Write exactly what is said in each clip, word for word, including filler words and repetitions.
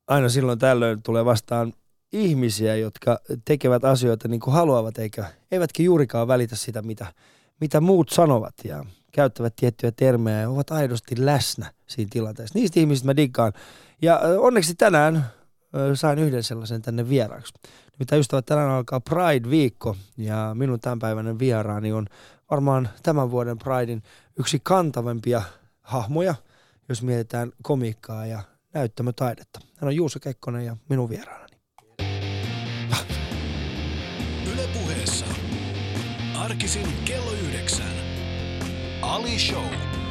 aina silloin tällöin tulee vastaan ihmisiä, jotka tekevät asioita niin kuin haluavat, eikä, eivätkä juurikaan välitä sitä, mitä, mitä muut sanovat ja käyttävät tiettyjä termejä ja ovat aidosti läsnä siinä tilanteessa. Niistä ihmisistä mä diggaan. Ja onneksi tänään sain yhden sellaisen tänne vieraaksi. Mitä ystävät, tänään alkaa Pride-viikko ja minun tämänpäiväinen vieraani on varmaan tämän vuoden Pridein yksi kantavimpia hahmoja, jos mietitään komiikkaa ja näyttämötaidetta. Hän on Juuso Kekkonen ja minun vieraanani. Yle Puheessa. Arkisin kello yhdeksän. Ali Show.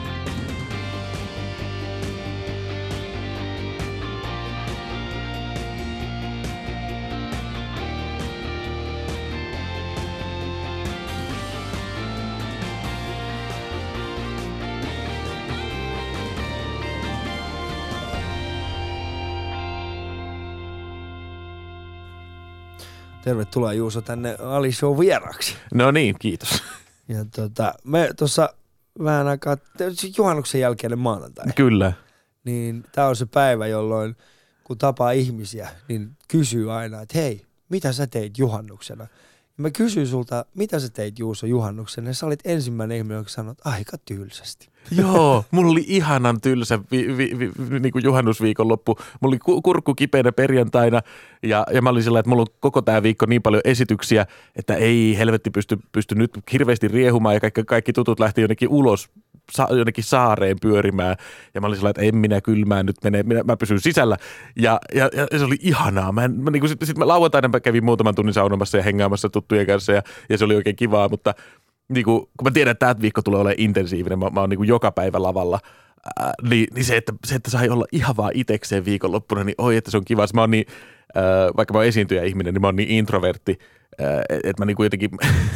Tervetuloa Juuso tänne Ali Show vieraksi. No niin, kiitos. Ja tota, me tuossa vähän aikaa, juhannuksen jälkeinen maanantai. Kyllä. Niin tää on se päivä, jolloin kun tapaa ihmisiä, niin kysyy aina, että hei, mitä sä teit juhannuksena? Ja mä kysyin sulta, mitä sä teit Juuso juhannuksena? Ja sä olit ensimmäinen ihminen, joka sanoi, että aika tylsästi. Joo, mulla oli ihanan tylsä vi, vi, vi, niin kuin juhannusviikonloppu. Mulla oli kurkku kipeänä perjantaina ja, ja mä olin sillä, että mulla on koko tämä viikko niin paljon esityksiä, että ei helvetti pysty, pysty nyt hirveästi riehumaan ja kaikki, kaikki tutut lähti jonnekin ulos, sa, jonnekin saareen pyörimään. Ja mä olin sillä, että en minä kylmään nyt mene, minä, mä pysyn sisällä. Ja, ja, ja se oli ihanaa. Mä, mä, niin sitten sit mä lauantaina kävin muutaman tunnin saunomassa ja hengaamassa tuttujen kanssa ja, ja se oli oikein kivaa, mutta niin kuin, kun mä tiedän, että tämä viikko tulee olemaan intensiivinen, mä, mä oon niin kuin joka päivä lavalla, ää, niin, niin se, että, se, että sai olla ihan vaan itekseen viikonloppuna, niin oi, että se on kiva. Mä oon niin, ää, vaikka mä oon esiintyjä ihminen, niin mä oon niin introvertti, että et mä niin kuin jotenkin,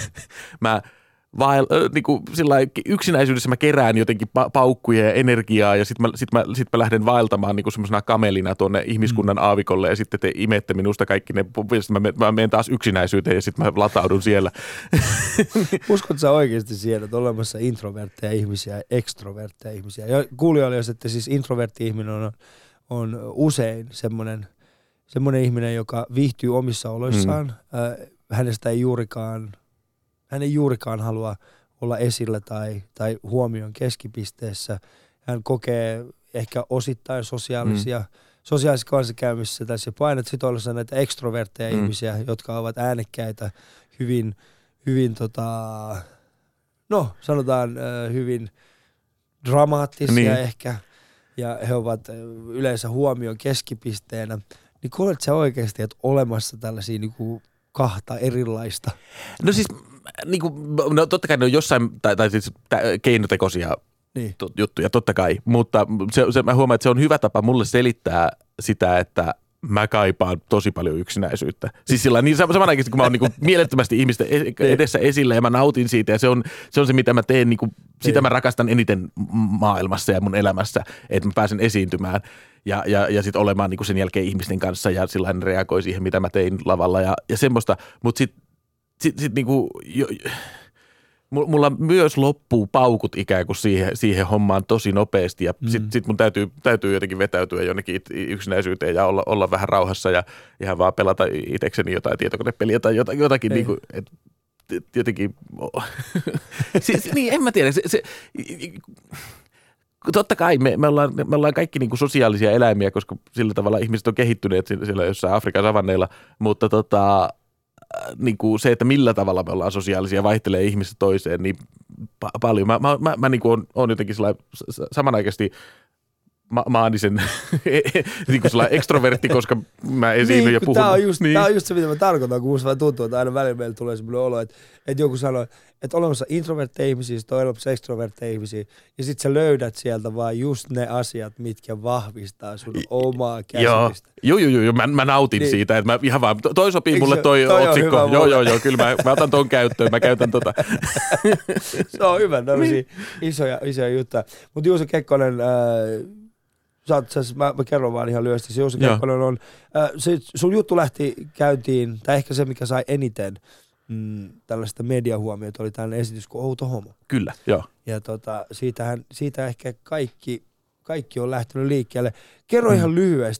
mä vael, niin kuin sillä yksinäisyydessä mä kerään jotenkin pa- paukkuja ja energiaa ja sitten mä, sit mä, sit mä lähden vaeltamaan niin kuin semmoisena kamelina tuonne ihmiskunnan aavikolle ja sitten te imette minusta kaikki ne, mä, mä menen taas yksinäisyyteen ja sitten mä lataudun siellä. Uskotko sä oikeasti siihen, että on olemassa introvertteja ihmisiä ja ekstrovertteja ihmisiä? Ja kuulijoille, jos että siis introvertti-ihminen on, on usein semmoinen, semmoinen ihminen, joka viihtyy omissa oloissaan. Mm. Äh, hänestä ei juurikaan... Hän ei juurikaan halua olla esillä tai, tai huomion keskipisteessä. Hän kokee ehkä osittain sosiaalisia, mm. sosiaalisissa kanssakäymissä tässä painat sit olla näitä ekstrovertteja mm. ihmisiä, jotka ovat äänekkäitä, hyvin, hyvin tota, no sanotaan hyvin dramaattisia niin. ehkä. Ja he ovat yleensä huomion keskipisteenä. Niin kuuletko sä oikeasti, että olemassa tällaisia niinku kahta erilaista? No siis, niin kuin, no totta kai ne on jossain, tai, tai siis keinotekoisia niin. to, juttuja, totta kai, mutta se, se, mä huomaan, että se on hyvä tapa mulle selittää sitä, että mä kaipaan tosi paljon yksinäisyyttä. Siis sillä niin samanaikaisesti, kun mä oon niin kuin mielettömästi ihmisten edessä esillä ja mä nautin siitä ja se on se, on se mitä mä teen, niin kuin, sitä mä rakastan eniten maailmassa ja mun elämässä, että mä pääsen esiintymään. Ja, ja, ja sitten olemaan niin kuin sen jälkeen ihmisten kanssa ja sillä ne reagoi siihen, mitä mä tein lavalla ja, ja semmoista. Mutta sitten sit, sit niin kuin, mulla myös loppuu paukut ikään kuin siihen, siihen hommaan tosi nopeasti ja mm. sitten sit mun täytyy, täytyy jotenkin vetäytyä jonnekin yksinäisyyteen ja olla, olla vähän rauhassa ja ihan vaan pelata itsekseni jotain tietokonepeliä tai jotakin, jotakin niin kuin, et, jotenkin, siis, niin en mä tiedä, se, se totta kai me, me, ollaan, me ollaan kaikki niin kuin sosiaalisia eläimiä, koska sillä tavalla ihmiset on kehittyneet siellä jossain Afrikan savanneilla, mutta tota, niin kuin se, että millä tavalla me ollaan sosiaalisia, vaihtelee ihmistä toiseen niin pa- paljon. Mä, mä, mä, mä niin kuin on, on jotenkin samanaikaisesti ma- maanisen niin kuin sellainen ekstrovertti, koska mä esiinnyn niin, ja puhun. Tämä on, just, niin. tämä on just se, mitä mä tarkoitan, kun musta vaan tuntuu, että aina välillä meillä tulee sellainen olo, että, että joku sanoo, että on olemassa introvertteja ihmisiä, sitten on olemassa ekstrovertteja ihmisiä, ja sitten sä löydät sieltä vaan just ne asiat, mitkä vahvistaa sun omaa käsitystä. Joo, joo, joo, joo. Mä, mä nautin niin. siitä, että mä ihan vaan, toi sopii Eikö mulle toi, toi otsikko. Joo, joo, joo, joo, kyllä mä, mä otan ton käyttöön, mä käytän tota. Se on hyvä, tämmöisiä niin. isoja, isoja juttuja. Mutta Juuso Kekkonen, äh, sä oot, sä, mä, mä kerron vaan ihan lyhyesti, se Juuso Kekkonen on, äh, se, sun juttu lähti käyntiin, tai ehkä se, mikä sai eniten mm, tällaista mediahuomiota, oli tällainen esitys kuin Outo Homo. Kyllä, joo. Ja tota, siitähän, siitä ehkä kaikki, kaikki on lähtenyt liikkeelle. Kerro mm. ihan lyhyesti,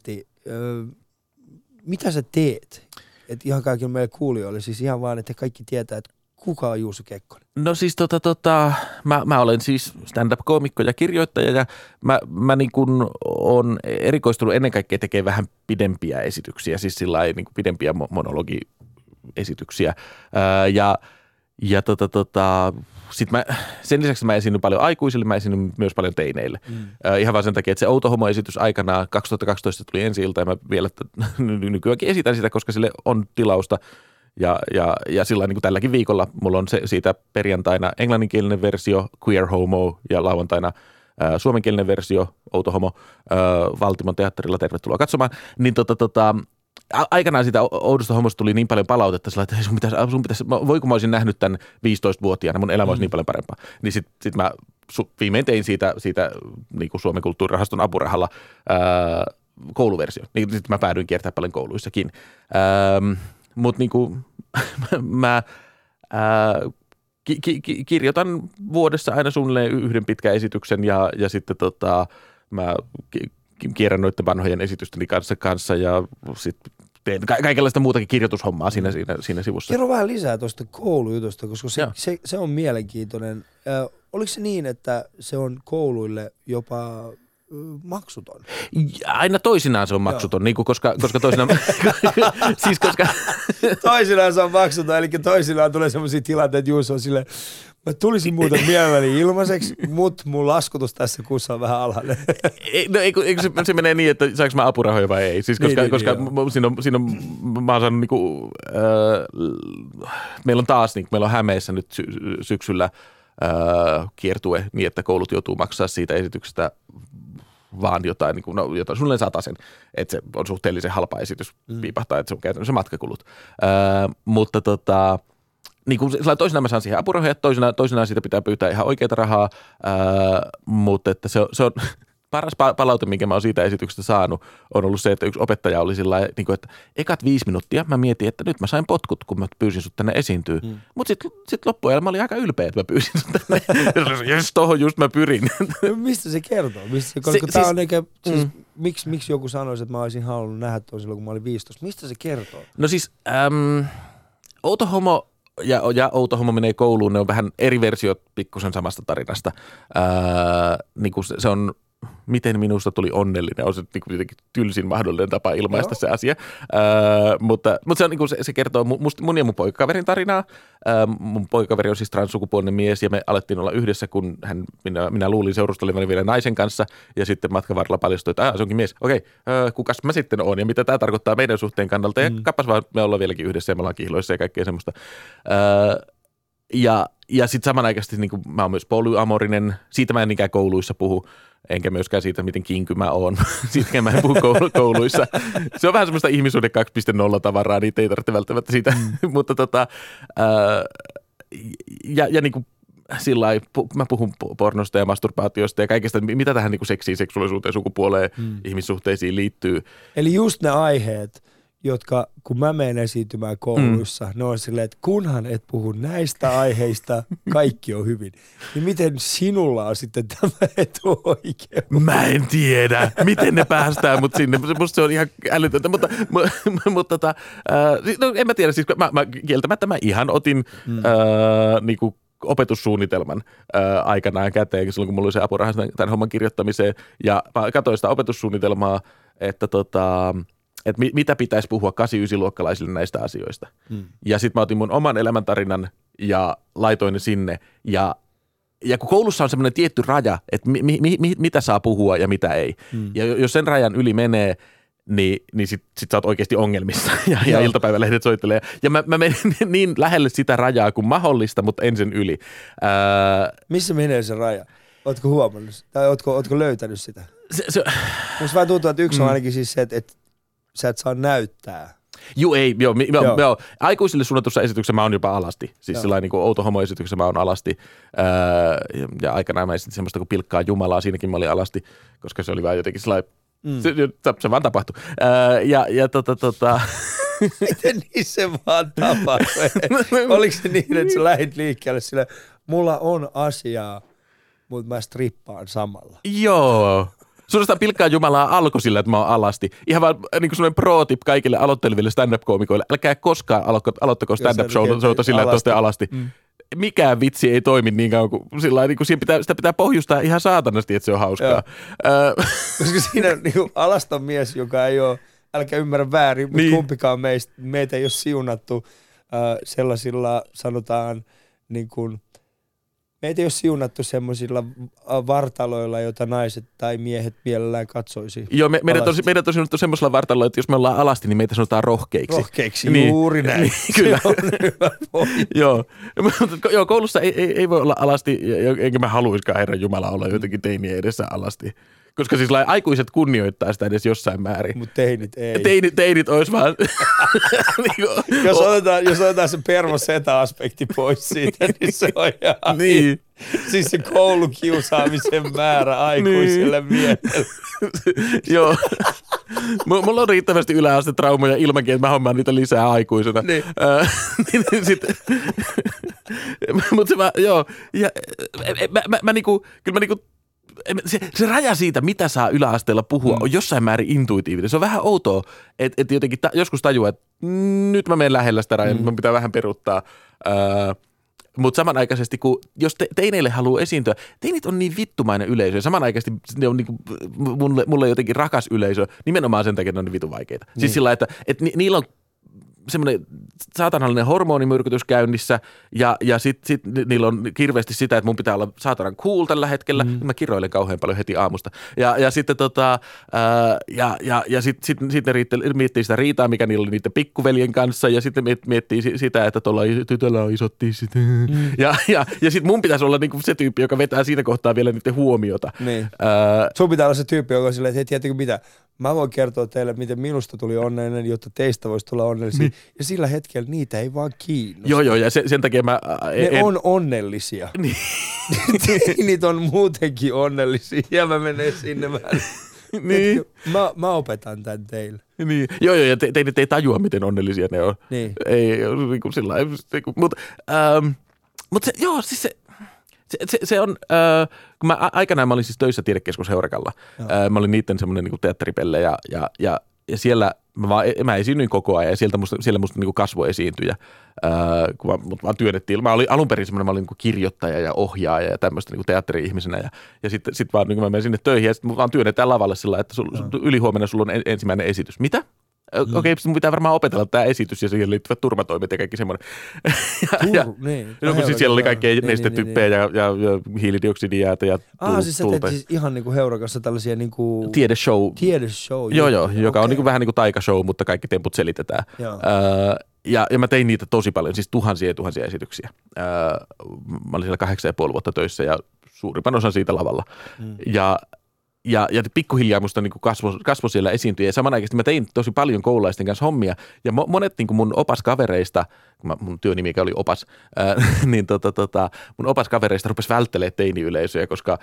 ö, mitä sä teet? Et ihan kaikille meille kuulijoille, siis ihan vaan, että kaikki tietää, että kuka on Juuso Kekkonen? No siis tota, tota, mä, mä olen siis stand-up-koomikko ja kirjoittaja ja mä, mä niin kuin on erikoistunut ennen kaikkea tekemään vähän pidempiä esityksiä, siis sillä lailla niin kuin pidempiä monologiesityksiä. Ää, ja ja tota, tota, sit mä, sen lisäksi mä esiinnyn paljon aikuisille, mä esiinnyn myös paljon teineille. Mm. Ää, ihan vaan sen takia, että se Outo Homo-esitys aikanaan kaksituhattakaksitoista tuli ensi-ilta ja mä vielä nykyäänkin esitän sitä, koska sille on tilausta. Ja, ja, ja sillä niin kuin tälläkin viikolla mulla on se, siitä perjantaina englanninkielinen versio, Queer Homo, ja lauantaina ää, suomenkielinen versio, Outo Homo, ää, Valtimon teatterilla, tervetuloa katsomaan. Niin tota, tota, a- aikanaan siitä Oudosta Homosta tuli niin paljon palautetta, sillä, että sun pitäisi, sun pitäisi, voi kun mä olisin nähnyt tämän viisitoistavuotiaana, mun elämä olisi mm. niin paljon parempaa. Niin sit, sit mä su, viimein tein siitä, siitä niin kuin Suomen kulttuurirahaston apurahalla ää, kouluversio. Niin sitten mä päädyin kiertämään paljon kouluissakin. Ää, Mutta niinku, mä ää, ki, ki, kirjoitan vuodessa aina suunnilleen yhden pitkän esityksen ja, ja sitten tota, mä ki, kierrän noiden vanhojen esitysteni kanssa, kanssa ja sitten teen ka- kaikenlaista muutakin kirjoitushommaa siinä, siinä, siinä sivussa. Kerro vähän lisää tuosta koulujutusta, koska se, se, se on mielenkiintoinen. Ö, oliko se niin, että se on kouluille jopa maksuton? Aina toisinaan se on maksuton, niin kuin koska, koska toisinaan, siis koska... toisinaan se on maksuton, eli toisinaan tulee sellaisia tilanteita, että Juuso on silleen, mä tulisin muuten mielelläni ilmaiseksi, mutta mun laskutus tässä kuussa on vähän alhainen. No eikö, eikö se, se menee niin, että saanko mä apurahoja vai ei? Siis koska, niin, koska niin, siinä, on, siinä on, mä oon saanut niinku, äh, meillä on taas, niin, meillä on Hämeessä nyt sy- syksyllä äh, kiertue niin, että koulut joutuu maksaa siitä esityksestä vaan jotain, niin kuin, no, jotain suunnilleen satasen, että se on suhteellisen halpa esitys, mm. piipahtaa, että se on käytännössä matkakulut. Öö, mutta tota, niin kuin toisinaan mä saan siihen apurahoja, toisinaan, toisinaan siitä pitää pyytää ihan oikeata rahaa, öö, mutta että se, se on paras palaute, minkä mä oon siitä esityksestä saanut, on ollut se, että yksi opettaja oli sillä lailla, niin kuin, että ekat viisi minuuttia mä mietin, että nyt mä sain potkut, kun mä pyysin sut tänne esiintyä. Mm. Mutta sitten sit loppuajalla mä olin aika ylpeä, että mä pyysin sut tänne. Jes, tohon just mä pyrin. No, mistä se kertoo? Mistä, koska se, tää siis, on eikä, siis, mm. miksi, miksi joku sanoisi, että mä olisin halunnut nähdä tuon silloin, kun mä olin viisitoista? Mistä se kertoo? No siis, äm, Outo Homo ja, ja Outo Homo menee kouluun, ne on vähän eri versiot pikkusen samasta tarinasta. Ää, niin kuin se, se on... Miten minusta tuli onnellinen, on se niin kuin tylsin mahdollinen tapa ilmaista Joo. se asia. Öö, mutta mutta se, on, niin kuin se, se kertoo must, mun ja mun poikakaverin tarinaa. Öö, mun poikakaveri on siis transsukupuolinen mies ja me alettiin olla yhdessä, kun hän, minä, minä luulin seurustelevani vielä naisen kanssa. Ja sitten matkan varrella paljastui, että ah, se onkin mies. Okei, öö, kukas mä sitten oon ja mitä tämä tarkoittaa meidän suhteen kannalta. Ja mm. kappas vaan, me ollaan vieläkin yhdessä ja me ollaan kihloissa ja kaikkea semmoista. Öö, ja ja sitten samanaikaisesti niin kuin, mä oon myös polyamorinen. Siitä mä en niinkään kouluissa puhu. Enkä myöskään siitä, miten kinky mä oon. Siitä mä en puhu kouluissa. Se on vähän semmoista ihmisuuden kaksi piste nolla tavaraa, niitä ei tarvitse välttämättä siitä. Mm. Mutta tota, ää, ja, ja niin kuin sillai, mä puhun pornosta ja masturbaatiosta ja kaikesta, mitä tähän niin kuin seksiin, seksuaalisuuteen, sukupuoleen, mm. ihmissuhteisiin liittyy. Eli just ne aiheet, jotka kun mä menen esiintymään kouluissa, mm. ne on silleen, että kunhan et puhu näistä aiheista, kaikki on hyvin. Niin miten sinulla on sitten tämä etuoikeus? Mä en tiedä, miten ne päästään mut sinne. Musta se on ihan älytöntä, mutta, mutta tota, äh, no en mä tiedä, siis mä, mä kieltämättä mä ihan otin mm. äh, niinku opetussuunnitelman ää, aikanaan käteen, silloin kun mulla oli se apuraha tämän homman kirjoittamiseen, ja mä katsoin sitä opetussuunnitelmaa, että tota, että mit, mitä pitäisi puhua kahdeksan-yhdeksän-luokkalaisille näistä asioista. Hmm. Ja sitten mä otin mun oman elämäntarinan ja laitoin ne sinne, ja ja kun koulussa on semmoinen tietty raja, että mi, mi, mi, mitä saa puhua ja mitä ei, hmm. ja jos sen rajan yli menee, niin, niin sit, sit sä oot oikeasti ongelmissa ja, ja iltapäivälehdet soittelee. Ja mä, mä menin niin lähelle sitä rajaa kuin mahdollista, mutta en sen yli. Ää... Missä menee se raja? Ootko huomannut tai ootko, ootko löytänyt sitä? Se, se... Musta vähän tuntuu, että yksi mm. on ainakin siis se, että, että sä et saa näyttää. Juu, ei, joo, mi, joo. joo. Aikuisille suunnatussa esityksessä mä oon jopa alasti. Siis sellainen niin kuin Outo Homo-esityksessä mä oon alasti. Ää, ja, ja aikanaan mä esitin semmoista kuin Pilkkaa Jumalaa, siinäkin mä olin alasti, koska se oli vaan jotenkin sellainen, mm. se, se vaan tapahtui. Ää, ja, ja tota, tota... Miten niin se vaan tapahtui? Oliko se niin, että sä lähdit liikkeelle sillä, mulla on asiaa, mutta mä strippaan samalla? Joo. Suorastaan pilkkaa Jumalaa alkoi sillä, että mä oon alasti. Ihan vaan niin kuin sellainen pro-tip kaikille aloitteleville stand-up-koomikoille. Älkää koskaan alo- aloittako stand-up-showta sillä, että olette alasti. Mm. Mikään vitsi ei toimi niin kauan kuin sillä niin kuin siinä pitää, sitä pitää pohjustaa ihan saatanasti, että se on hauskaa. Koska siinä niin kuin alaston mies, joka ei ole, älkää ymmärrä väärin, mutta niin. kumpikaan meistä, meitä ei ole siunattu äh, sellaisilla, sanotaan, niin kuin, meitä ei ole siunattu semmoisilla vartaloilla, joita naiset tai miehet mielellään katsoisi. Joo, me, meidät, on, meidät on siunattu semmoisilla vartaloilla, että jos me ollaan alasti, niin meitä sanotaan rohkeiksi. Rohkeiksi, niin, juuri näin. Niin, kyllä. Se on hyvä pointti. Joo. Joo, koulussa ei, ei, ei voi olla alasti, enkä mä haluiskaan Herran Jumala olla jotenkin teinien edessä alasti. Koska siis aikuiset kunnioittaa sitä edes jossain määrin. Mutta teinit ei. Teinit, teinit ois vaan... niin kuin, jos, otetaan, jos otetaan se pervo-seta-aspekti pois siitä, niin se on ihan... Niin. Siis se koulukiusaamisen määrä aikuiselle niin. miehelle. Joo. Mulla on riittävästi yläastetraumoja ilmankin, että mä hommaan niitä lisää aikuisena. Niin. Mutta se mä, joo. Ja, mä, mä, mä niinku, kyllä mä niinku, Se, se raja siitä, mitä saa yläasteella puhua, mm. on jossain määrin intuitiivinen. Se on vähän outoa, että et jotenkin ta, joskus tajuaa, että nyt mä menen lähellä sitä rajaa, mm. nyt mä pitää vähän peruuttaa. Öö, Mutta samanaikaisesti, kun jos te, teineille haluaa esiintyä, teinit on niin vittumainen yleisö ja samanaikaisesti ne on niinku, mulle, mulle jotenkin rakas yleisö, nimenomaan sen takia, että ne on niin vitun vaikeita. Mm. Siis sillä että, että ni, niillä on semmoinen saatanallinen hormonimyrkytys käynnissä ja, ja sitten sit niillä on kirveästi sitä, että mun pitää olla saatanan cool tällä hetkellä. Mm. Mä kiroilen kauhean paljon heti aamusta. Ja, ja sitten tota, ää, ja, ja, ja sitten sit, sit ne riitte, miettii sitä riitaa, mikä niillä oli niiden pikkuveljen kanssa ja sitten miettii sitä, että tuolla tytöllä on isot tissit. Mm. Ja, ja, ja sitten mun pitäisi olla niinku se tyyppi, joka vetää siinä kohtaa vielä niiden huomiota. Niin. Ää, Sun pitää olla se tyyppi, joka on silleen, että hei, tiedätkö mitä? Mä voin kertoa teille, miten minusta tuli onnellinen, jotta teistä voisi tulla onnellisia. Niin. Ja sillä hetkellä niitä ei vaan kiinnosta. Joo, joo, ja sen, sen takia mä... Ne en... on onnellisia. Niin. Niitä on muutenkin onnellisia. Ja mä menen sinne vähän. Niin. Mä, mä opetan tän teille. Niin. Joo, joo, ja te, te, te ei tajua, miten onnellisia ne on. Niin. Ei, niin kuin sillä lailla. Mutta ähm, mut se, joo, siis se... Se, se, se on, äh, kun mä aikanaan mä olin siis töissä tiedekeskus Heurakalla. Äh, mä olin niitten semmoinen niin teatteripelle ja, ja, ja, ja siellä mä, vaan, mä esiinnyin koko ajan ja sieltä musta, siellä musta niin kasvoi esiintyjä, äh, kun mä, mut vaan työnnettiin. Mä olin alun perin semmoinen, mä olin niin kirjoittaja ja ohjaaja ja tämmöistä niin teatteri-ihmisenä ja, ja sitten sit vaan niin mä menin sinne töihin ja sitten mut vaan työnnetään lavalle sillä, että sul, no. ylihuomenna sulla on ensimmäinen esitys. Mitä? Mm. Okei, mun pitää varmaan opetella tämä esitys ja siihen liittyvät turvatoimet ja kaikki semmoinen. Tur- ja, niin. No, kun siis siellä oli kaikkea niin, nestetyppejä niin, niin, ja, ja, ja hiilidioksidijäätä ja ah, siis sä teet siis ihan niinku Heurakassa tällaisia niinku... Tiedeshow. Tiedeshow. Joo, joo, joka okay. on niinku vähän niin kuin taikashow, mutta kaikki temput selitetään. Öö, ja, ja mä tein niitä tosi paljon, siis tuhansia ja tuhansia esityksiä. Öö, mä olin siellä kahdeksan ja puoli vuotta töissä ja suurimman osan siitä lavalla. Mm. Ja Ja, ja pikkuhiljaa musta niin kasvoi kasvo siellä esiintyjä. Ja samanaikaisesti mä tein tosi paljon koululaisten kanssa hommia. Ja monet niin mun opaskavereista, kun mä, mun työnimi oli opas, ää, niin tota, tota, mun opaskavereista rupesi välttelemään teini-yleisöjä, koska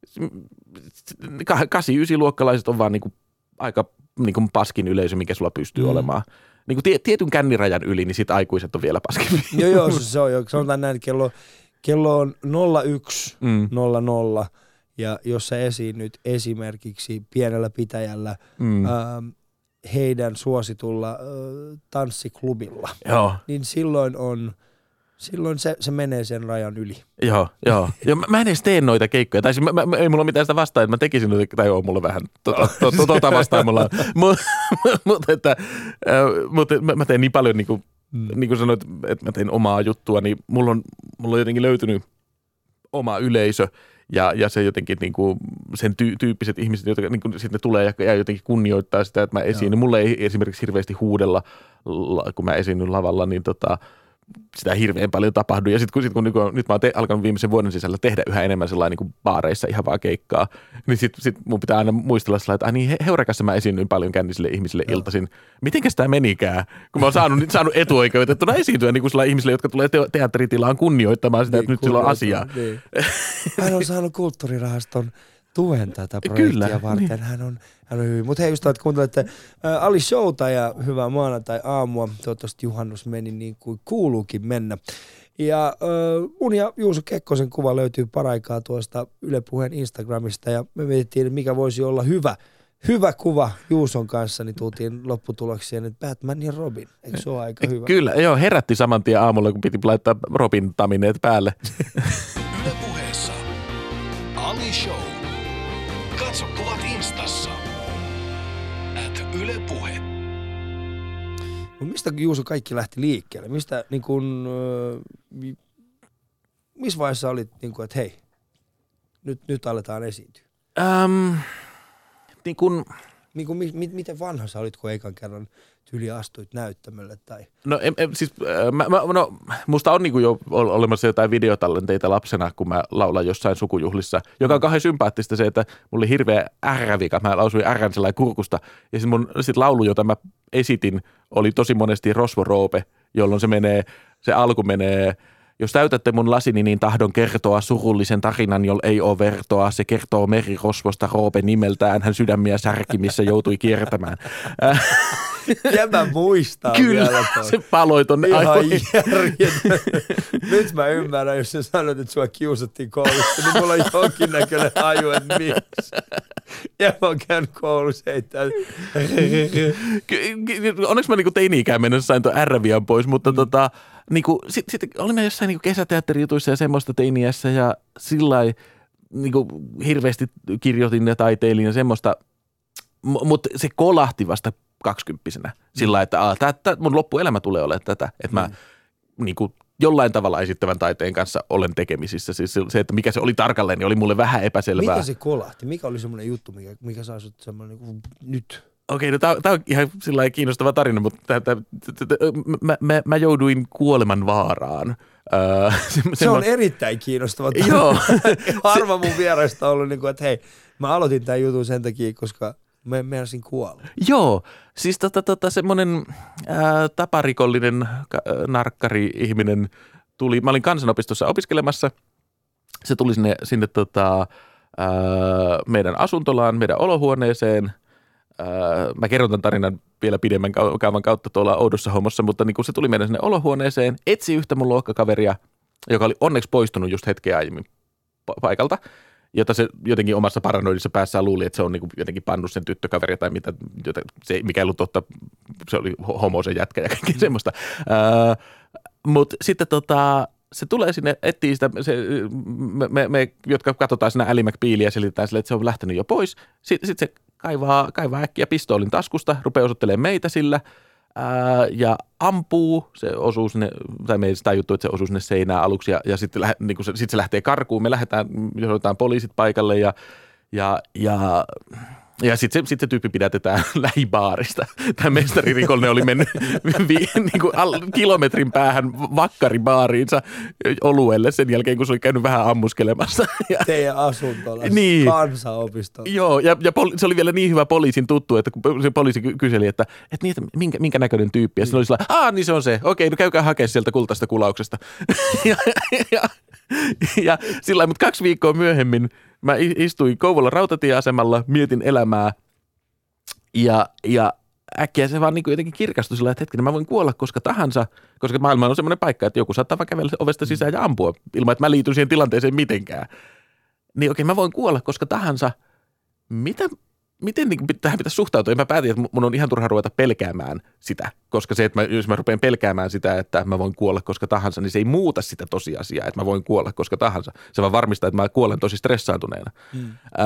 kasi yhdeksän luokkalaiset on vaan niin kuin aika niin kuin paskin yleisö, mikä sulla pystyy mm. olemaan. Niin kuin tietyn kännirajan yli, niin sit aikuiset on vielä paskin. Joo, joo, se on jo. Sanotaan näin, kello, kello on nolla yksi nolla nolla. Mm. Ja jos sä esiinnyt esimerkiksi pienellä pitäjällä mm. ää, heidän suositulla ää, tanssiklubilla, joo. niin silloin on, silloin se, se menee sen rajan yli. Joo, joo. Ja mä, mä en edes tee noita keikkoja. Tai siis mä, mä, ei mulla ole mitään sitä vastaan, että mä tekisin noita, tai joo, mulla vähän tota, to, to, tota vastaan mulla. Mutta mut, että, mut, mä, mä teen niin paljon, niin kuin, mm. niin kuin sanoit, että mä teen omaa juttua, niin mulla on, mulla on jotenkin löytynyt oma yleisö. Ja, ja se jotenkin niin kuin, sen tyy- tyyppiset ihmiset, jotka niin kuin, sitten ne tulee ja, ja jotenkin kunnioittaa sitä, että mä esiinnyn. Mulle ei esimerkiksi hirveästi huudella, kun mä esiinnyn lavalla, niin tota, sitä hirveän paljon tapahdu. Ja sitten kun, sit, kun nyt, nyt mä oon te- alkanut viimeisen vuoden sisällä tehdä yhä enemmän sellainen niin kuin baareissa ihan vaan keikkaa, niin sitten sit mun pitää aina muistella sellainen, että ai niin, Heurakassa mä esiinnyin paljon kännisille ihmisille Joo. iltaisin. Mitenkäs tämä menikään? Kun mä oon saanut, saanut etuoikeutettuna esiintyä niin kuin sellainen ihmisille, jotka tulee te- teatteritilaan kunnioittamaan sitä, niin, että nyt sillä on asiaa. Niin. Hän on saanut kulttuurirahaston tuen tätä projektia Kyllä, varten. Niin. Hän on, hän on hyvin. Mutta hei ystävät, kuuntelette ää, Ali Showta ja hyvää maanantai-aamua. Toivottavasti juhannus meni niin kuin kuuluukin mennä. Ja äh, mun ja Juuso Kekkosen kuva löytyy paraikaa tuosta Yle Puheen Instagramista ja me mietittiin, mikä voisi olla hyvä, hyvä kuva Juuson kanssa, niin tultiin lopputulokseen, että Batman ja Robin. Eikö se ole aika hyvä? Kyllä, joo, herätti saman tien aamulla, kun piti laittaa Robin tamineet päälle. Yle Puheessa Ali Show. Katso kuvat instassa. At Yle Puhe. Mistä Juuso kaikki lähti liikkeelle? Mistä niin kun, äh, missä vaiheessa olit, niin kun, että hei, nyt, nyt aletaan esiintyä? Ähm, niin kun... Niin kun, mi, mi, miten vanha sä olit, kun ekan kerran tyyli astuit näyttämölle? Tai? No, em, em, siis, äh, mä, mä, no musta on niin kuin jo olemassa jotain videotallenteita lapsena, kun mä laulan jossain sukujuhlissa, joka on kauhean sympaattista se, että mulla oli hirveä ärrävika. Mä lausuin ärrän sellainen kurkusta. Ja sitten mun sit laulu, jota mä esitin, oli tosi monesti Rosvo Roope, jolloin se menee, se alku menee... Jos täytätte mun lasini, niin tahdon kertoa surullisen tarinan, jolla ei ole vertoa. Se kertoo merirosvosta Roope nimeltään. Hän sydämiä särkimissä joutui kiertämään. Ja mä muistan Kyllä, vielä ton. se paloi tonne Ihan aivoihin. järjetön. Nyt mä ymmärrän, jos sä sanoit, että sua kiusattiin koulussa, niin mulla on jonkinnäköinen haju, että miksi. Ja mä oon käynyt koulussa heittää. Onneksi mä niinku teini-ikään mennessä sain tuon ärrävian pois, mutta mm. tota, niinku, sitten sit, olimme jossain niinku kesäteatterijutuissa ja semmoista teiniässä ja sillai niinku, hirveästi kirjoitin ja taiteilin ja semmoista, M- mutta se kolahti vasta kaksikymppisenä sillä mm. että tää, tää, mun loppuelämä tulee olemaan tätä, että mä mm. niinku, jollain tavalla esittävän taiteen kanssa olen tekemisissä. Siis se, että mikä se oli tarkalleen, niin oli mulle vähän epäselvää. Miten se kolahti? Mikä oli semmoinen juttu, mikä, mikä saa sut semmoinen niin nyt? Okei, no tää, tää on ihan sillä kiinnostava tarina, mutta tää, tää, tää, tää, mä, mä, mä jouduin kuoleman vaaraan. Öö, se, se on erittäin kiinnostava tarina. Joo. Harva mun vieraista on ollut niin kuin, että hei, mä aloitin tämän jutun sen takia, koska mä menisin kuolla. Joo, siis tota, tota, semmoinen ää, taparikollinen ka- narkkari-ihminen tuli, mä olin kansanopistossa opiskelemassa, se tuli sinne, sinne tota, ää, meidän asuntolaan, meidän olohuoneeseen. Ää, mä kerron tämän tarinan vielä pidemmän kaavan kautta tuolla oudossa hommassa, mutta niin kun se tuli meidän sinne olohuoneeseen, etsi yhtä mun luokkakaveria, joka oli onneksi poistunut just hetkeä aiemmin paikalta, jota se jotenkin omassa paranoidissa päässään luuli, että se on niin kuin jotenkin pannut sen tyttökaveri tai mitä, jota, se, mikä ei ollut totta, se oli homo se jätkä ja kaikkea semmoista. Öö, Mutta sitten tota, se tulee sinne, etsii sitä, se, me, me, me, jotka katsotaan siinä Ally McBealia ja selitetään sille, että se on lähtenyt jo pois. Sitten sit se kaivaa, kaivaa äkkiä pistoolin taskusta, rupeaa osoittelemaan meitä sillä. Ää, ja ampuu, se osuu sinne, tai me ei sitä juttu, että se osuu sinne seinään aluksi, ja, ja sitten niin se, sit se lähtee karkuun, me lähdetään, johdetaan poliisit paikalle, ja, ja, ja, ja sitten se, sit se tyyppi pidätetään lähibaarista. Tämä mestaririkollinen oli mennyt vi, niin kuin al, kilometrin päähän vakkaribaariinsa oluelle sen jälkeen, kun se oli käynyt vähän ammuskelemassa. Teidän asuntolla, niin. Kansanopistolla. Joo, ja, ja poli, se oli vielä niin hyvä poliisin tuttu, että kun se poliisi kyseli, että, että niitä, minkä, minkä näköinen tyyppi, ja sitten oli sellainen, aah, niin se on se, okei, no käykää hakemaan sieltä kultaista kulauksesta. ja, ja, ja sillä mutta kaksi viikkoa myöhemmin mä istuin Kouvolan rautatieasemalla, mietin elämää, ja, ja äkkiä se vaan niin kuin jotenkin kirkastui sillä, että hetkinen, mä voin kuolla koska tahansa, koska maailma on semmoinen paikka, että joku saattaa vaan kävellä ovesta sisään ja ampua, ilman että mä liityn siihen tilanteeseen mitenkään. Niin okei, mä voin kuolla koska tahansa. Mitä, miten niin tähän pitäisi suhtautua? Ja mä päätin, että mun on ihan turha ruveta pelkäämään sitä, koska se, että mä, jos mä rupean pelkäämään sitä, että mä voin kuolla koska tahansa, niin se ei muuta sitä tosiasiaa, että mä voin kuolla koska tahansa. Se vaan varmistaa, että mä kuolen tosi stressaantuneena. Hmm. Öö,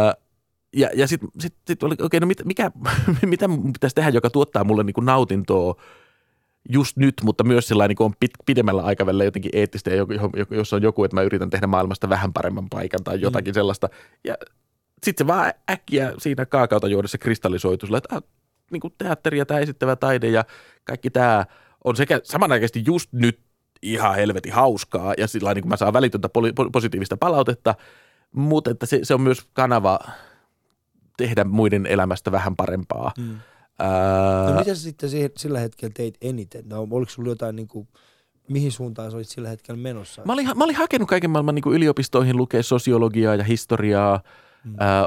ja ja sitten sit, sit oli, okei, no mit, mikä, mitä mun pitäisi tehdä, joka tuottaa mulle niin kuin nautintoa just nyt, mutta myös sellainen niin kuin on pit, pidemmällä aikavälillä jotenkin eettistä, ja jos on joku, että mä yritän tehdä maailmasta vähän paremman paikan tai jotakin hmm. sellaista. Ja sitten se vaan äkkiä siinä kaakauta juodessa kristallisoitu sillä, että niin kuin teatteri ja tämä esittävä taide ja kaikki tämä on sekä samanaikaisesti just nyt ihan helvetin hauskaa ja sillä niin kuin mä saan välitöntä poli- positiivista palautetta, mutta että se, se on myös kanava tehdä muiden elämästä vähän parempaa. Hmm. Ää... No mitä sä sitten sillä hetkellä teit eniten? No, oliko sulla jotain, niin kuin, mihin suuntaan sä olit sillä hetkellä menossa? Mä olin, mä olin hakenut kaiken maailman niin kuin yliopistoihin lukea sosiologiaa ja historiaa. Hmm. Ää,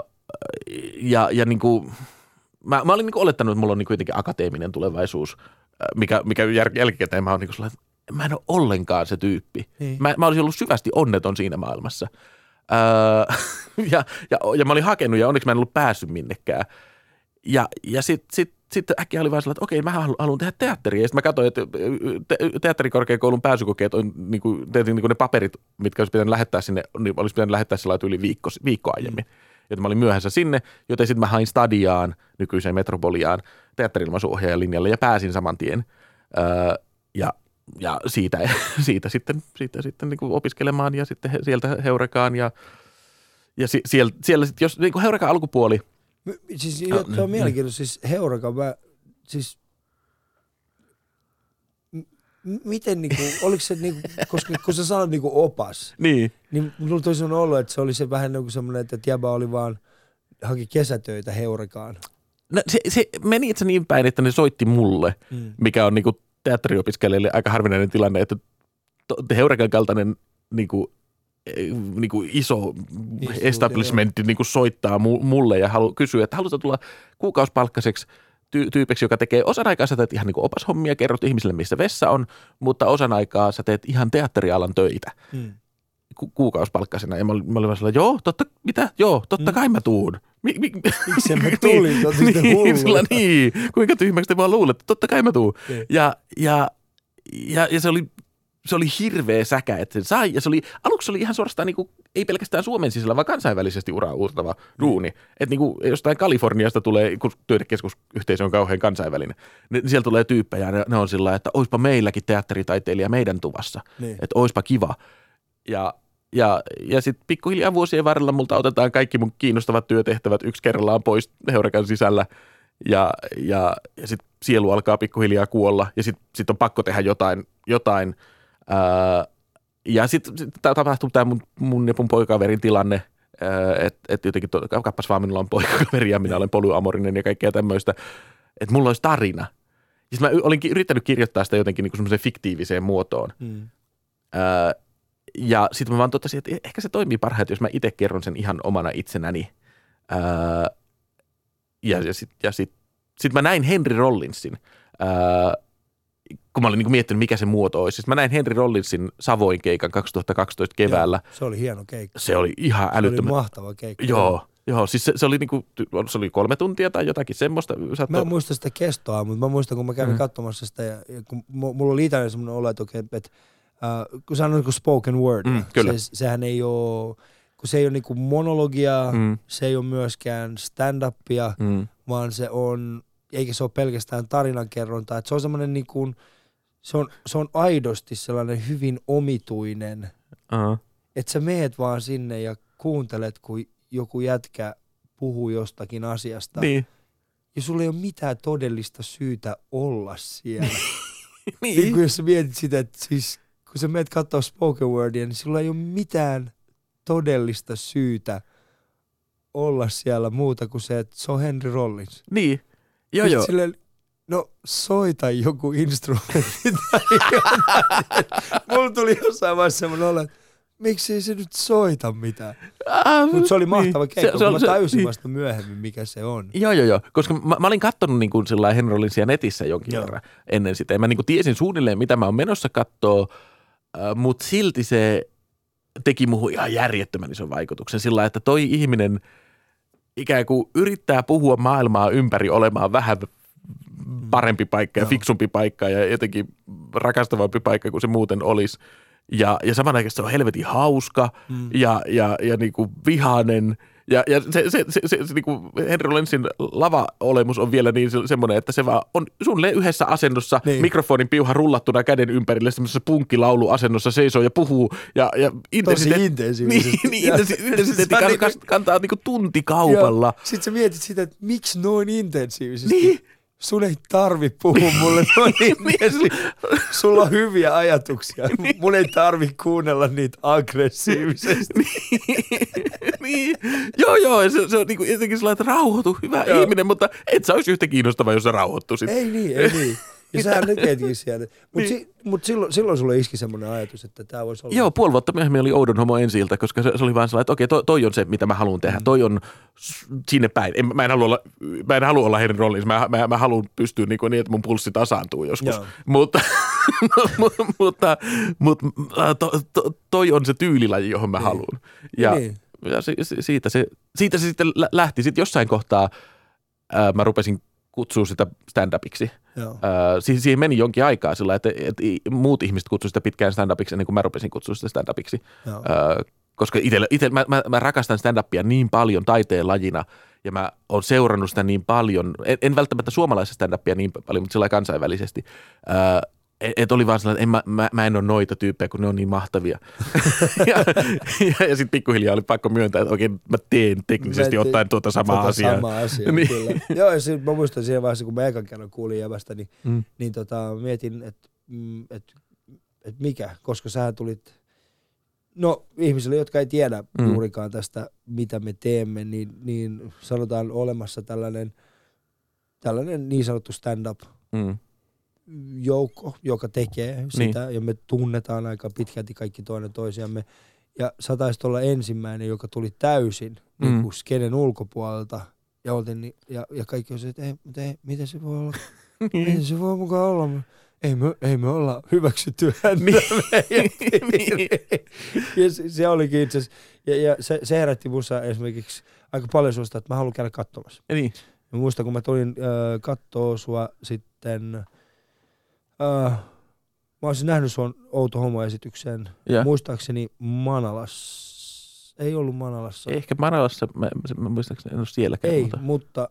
ja, ja niin kuin, mä, mä olin niin kuin olettanut, että mulla on niin kuin jotenkin akateeminen tulevaisuus, mikä, mikä jälkikäteen mä oon niin kuin sellainen, mä en ole ollenkaan se tyyppi. Niin. Mä, mä olisin ollut syvästi onneton siinä maailmassa. Öö, ja, ja, ja mä olin hakenut ja onneksi mä en ollut päässyt minnekään. Ja, ja sitten sit, sit äkkiä oli vaan sellainen, että okei, mä haluan, haluan tehdä teatteria. Ja sitten mä katsoin, että te, teatterikorkeakoulun pääsykokeet on niin kuin, niin kuin ne paperit, mitkä olisi pitänyt lähettää sinne, niin olisi pitänyt lähettää sillä yli viikko, viikko aiemmin. Mm. Joten mä olin myöhässä sinne, joten sitten mä hain Stadiaan, nykyiseen Metropoliaan, teatteri-ilmaisuohjaajan linjalle ja pääsin saman tien. Öö, ja ja siitä, siitä sitten, siitä sitten niin kuin opiskelemaan ja sitten he, sieltä Heurekaan ja, ja si, siellä, siellä sitten, jos niin kuin Heurekan alkupuoli. Siis jo, tuo on mielenkiintoista, siis Heureka, mä, siis m- miten niinku, oliko se niinku, koska kun sä sanoit niinku opas, niin, niin mulla tuli sun olo, että se oli se vähän niinku semmoinen, että jäbä oli vaan, haki kesätöitä Heurekaan. No, se, se meni itse niin päin, että ne soitti mulle, mm. mikä on niinku teatteriopiskelijalle aika harvinainen tilanne, että Heurekan kaltainen niinku, niinku iso establishmentti niinku soittaa mulle ja halu, kysyy, että haluatko tulla kuukausipalkkaiseksi ty- tyypiksi, joka tekee osan aikaa, sä teet ihan niinku opashommia, kerrot ihmisille, missä vessa on, mutta osan aikaa sä teet ihan teatterialan töitä hmm. Ku- kuukausipalkkaisena. Ja mä olin, mä olin vaan sellainen, joo, totta, mitä? Joo, totta kai mä tuun. Mi- mi- Miksi mä tulin? niin, sillä niin, kuinka tyhmäksi te vaan luulette, totta kai mä tuun. Ja, ja, ja, ja se oli Se oli hirveä säkä, että sen sai. Ja se oli, aluksi se oli ihan suorastaan, niin kuin, ei pelkästään Suomen sisällä, vaan kansainvälisesti uraa uurtava duuni. Että niin kuin, jostain Kaliforniasta tulee, kun työntekeskusyhteisö on kauhean kansainvälinen, niin sieltä tulee tyyppejä, ne, ne on sillä että oispa meilläkin teatteritaiteilija meidän tuvassa. Niin. Että oispa kiva. Ja, ja, ja sitten pikkuhiljaa vuosien varrella multa otetaan kaikki mun kiinnostavat työtehtävät yksi kerrallaan pois Heurekan sisällä. Ja, ja, ja sitten sielu alkaa pikkuhiljaa kuolla. Ja sitten sit on pakko tehdä jotain, jotain Öö, ja sitten sit tapahtui tämä mun, mun ja mun poikakaverin tilanne, öö, että et jotenkin to, kappas vaan minulla on poikakaveri ja minä olen polyamorinen ja kaikkea tämmöistä, että mulla olisi tarina. Ja mä olin yrittänyt kirjoittaa sitä jotenkin niin kuin semmoiseen fiktiiviseen muotoon. Mm. Öö, ja sitten mä vaan totesin, että ehkä se toimii parhaiten, jos mä itse kerron sen ihan omana itsenäni. Öö, ja ja sitten ja sit, sit mä näin Henry Rollinsin. Öö, kun mä olin niin miettinyt, mikä se muoto olisi. Siis mä näin Henry Rollinsin Savoin keikan kaksituhattakaksitoista keväällä. Joo, se oli hieno keikka. Se oli ihan älyttömän. Se oli mahtava keikka. Joo, joo siis se, se, oli, niin kuin, se oli kolme tuntia tai jotakin semmoista. Saatto... Mä en muista sitä kestoa, mutta mä muistan, kun mä kävin mm. katsomassa sitä, ja, ja kun mulla oli itäinen semmoinen olo, että, okay, että uh, kun se on niin kuin spoken word, mm, se, sehän ei ole, kun se ei ole niin kuin monologia, mm. se ei ole myöskään stand-upia, mm. vaan se on, eikä se ole pelkästään tarinankerronta, että se on semmoinen niin kuin, se on, se on aidosti sellainen hyvin omituinen, uh-huh. että sä meet vaan sinne ja kuuntelet, kun joku jätkä puhuu jostakin asiasta. Niin. Ja sulla ei ole mitään todellista syytä olla siellä. niin. niin kun jos sä mietit sitä, että siis kun sä meet katsoa spoken wordia, niin sulla ei ole mitään todellista syytä olla siellä muuta kuin se, että se on Henry Rollins. Niin, joo joo. Silleen, no soita joku instrumentti tai jotain. Mulla tuli jossain vaiheessa semmoinen olo, että miksi ei se nyt soita mitään. Ah, mutta se oli mahtava niin. keikka, kun mä tajusin niin. vasta myöhemmin, mikä se on. Joo, joo, joo. Koska mä, mä olin katsonut niin kuin sillä Henry Rollinsia netissä jonkin joo. verran ennen sitä. Ja mä niin kuin tiesin suunnilleen, mitä mä oon menossa kattoo, äh, mutta silti se teki muuhun ihan järjettömän ison vaikutuksen. Sillä että toi ihminen ikään kuin yrittää puhua maailmaa ympäri olemaan vähän parempi paikka ja no. fiksumpi paikka ja jotenkin rakastavampi paikka kuin se muuten olisi. Ja, ja samanaikaisesti se on helvetin hauska mm. ja, ja, ja niinku vihainen. Ja, ja se, se, se, se, se niinku Henry Rollinsin lava-olemus on vielä niin semmoinen, että se vaan on suunnilleen yhdessä asennossa, niin. mikrofonin piuha rullattuna käden ympärille, semmoisessa punkkilauluasennossa seisoo ja puhuu. Ja, ja intensiteet, tosi intensiivisesti. Niin, niin intensiteetti kan, kan, kantaa niinku tuntikaupalla. Sitten sä mietit sitä, että miksi noin intensiivisesti? Niin. Sun ei tarvi puhua mulle noin niin, sulla on hyviä ajatuksia. Mun ei tarvi kuunnella niitä aggressiivisesti. niin. Joo, joo. Se, se on niin kuin jotenkin sellainen, että rauhoitu, hyvä joo. ihminen, mutta et sä olisi yhtä kiinnostava, jos sä rauhoittuisit. Ei niin, ei niin. Ja sähän näkeetkin siellä. Mutta niin. si, mut silloin, silloin sulle iski semmoinen ajatus, että tämä voisi olla. Joo, puoli vuotta myöhemmin oli oudon homo ensi ilta, koska se, se oli vaan sellainen, että okei, toi, toi on se, mitä mä haluan tehdä. Mm. Toi on sinne päin. En, mä, en halua olla, mä en halua olla heidän roolissa. Mä, mä, mä haluan pystyä niin, niin, että mun pulssi tasaantuu joskus. Joo. Mutta, mutta, mutta to, to, toi on se tyylilaji, johon mä niin. haluan. Ja, niin. ja se, siitä, se, siitä se sitten lähti. Sitten jossain kohtaa ää, mä rupesin kutsua sitä stand-upiksi. Öö, siihen, siihen meni jonkin aikaa sillä, että, että muut ihmiset kutsuivat sitä pitkään stand-upiksi ennen kuin mä rupesin kutsua sitä stand-upiksi. Öö, koska itelle, itelle, mä, mä, mä rakastan stand-upia niin paljon taiteen lajina ja mä oon seurannut sitä niin paljon, en, en välttämättä suomalaisesta stand-upia niin paljon, mutta sillä kansainvälisesti. Öö, Että oli vaan sellainen, että en, mä, mä, mä en ole noita tyyppejä, kun ne on niin mahtavia. ja ja, ja sitten pikkuhiljaa oli pakko myöntää, että oikein mä teen teknisesti mä te, ottaen tuota samaa tuota asiaa. Samaa asiaa, niin. Kyllä. Joo, ja sit, mä muistan siinä vaiheessa, kun mä ekan kerran kuulin Jävästä, niin, mm. niin tota, mietin, että et, et mikä, koska sähän tulit, no ihmisille, jotka ei tiedä mm. juurikaan tästä, mitä me teemme, niin, niin sanotaan olemassa tällainen, tällainen niin sanottu stand-up, mm. joukko, joka tekee sitä, niin. Ja me tunnetaan aika pitkälti kaikki toinen toisiamme. Ja sä taisit olla ensimmäinen, joka tuli täysin mm. niin kuin skenen ulkopuolelta. Ja, oltiin, niin, ja, ja kaikki on se, että ei, ei, miten se voi olla? Miten se voi mukaan olla? Ei me, ei me olla hyväksytty häntä. Niin. Ja se, se olikin itse asiassa, ja, ja se, se herätti musta esimerkiksi aika paljon suosta, että mä haluan käydä katsomassa. Niin. Mä muistan, kun mä tulin äh, kattoo sua sitten. Uh, mä olisin nähnyt sun Outo Homo-esityksen, ja. Muistaakseni Manalassa, ei ollut Manalassa. Ehkä Manalassa, mä, mä muistaakseni en ole sielläkään. Ei, mutta, mutta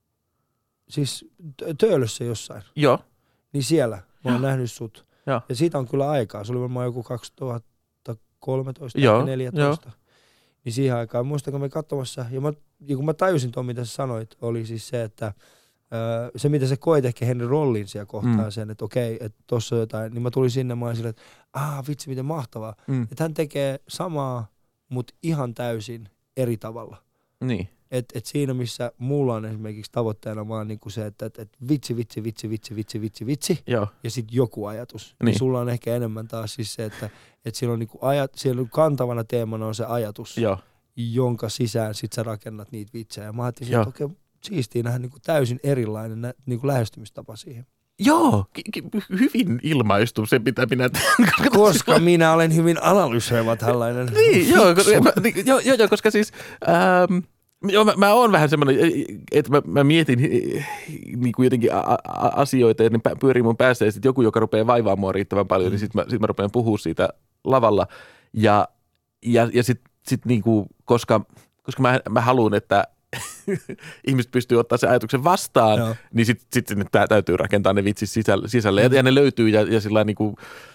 siis Töölössä jossain. Joo. Niin siellä mä oon nähnyt sut. Ja. ja siitä on kyllä aikaa, se oli varmaan joku kaksituhattakolmetoista tai neljätoista. Joo. Niin siihen aikaan, muistanko me katsomassa, ja, mä, ja kun mä tajusin tuon, mitä sä sanoit, oli siis se, että se, mitä sä koit ehkä Henry Rollin siellä kohtaan mm. sen, että okei, että tossa on jotain, niin mä tulin sinne, mä olin silleen, että aah, vitsi, miten mahtavaa. Mm. Että hän tekee samaa, mutta ihan täysin eri tavalla. Niin. Että et siinä, missä mulla on esimerkiksi tavoitteena vaan niinku se, että et, et vitsi, vitsi, vitsi, vitsi, vitsi, vitsi, vitsi, Joo. ja sitten joku ajatus. Niin. Sulla on ehkä enemmän taas siis se, että et siellä, on niinku ajat, siellä on kantavana teemana on se ajatus, Joo. jonka sisään sit sä rakennat niitä vitsejä. Ja mä ajattelin, että okei, okay, siistiin nähdä niin kuin täysin erilainen nä, niin kuin lähestymistapa siihen. Joo, ki- ki- hyvin ilmaistu se, mitä minä teen. Koska minä olen hyvin analysoiva tällainen. Niin, joo, mä, joo, joo, joo, koska siis ähm, joo, mä, mä oon vähän semmoinen, että mä, mä mietin niin kuin jotenkin a- a- asioita, ja ne pyörii mun päässä, ja sitten joku, joka rupeaa vaivaamaan mua riittävän paljon, mm. niin sitten mä, sit mä rupean puhua siitä lavalla. Ja, ja, ja sitten sit niin kuin, koska, koska mä, mä haluan, että ihmiset pystyy ottaa sen ajatuksen vastaan, Joo. niin sitten sit sinne täytyy rakentaa ne vitsit sisälle, sisälle. Mm. Ja, ja ne löytyy ja, ja sillä niinku,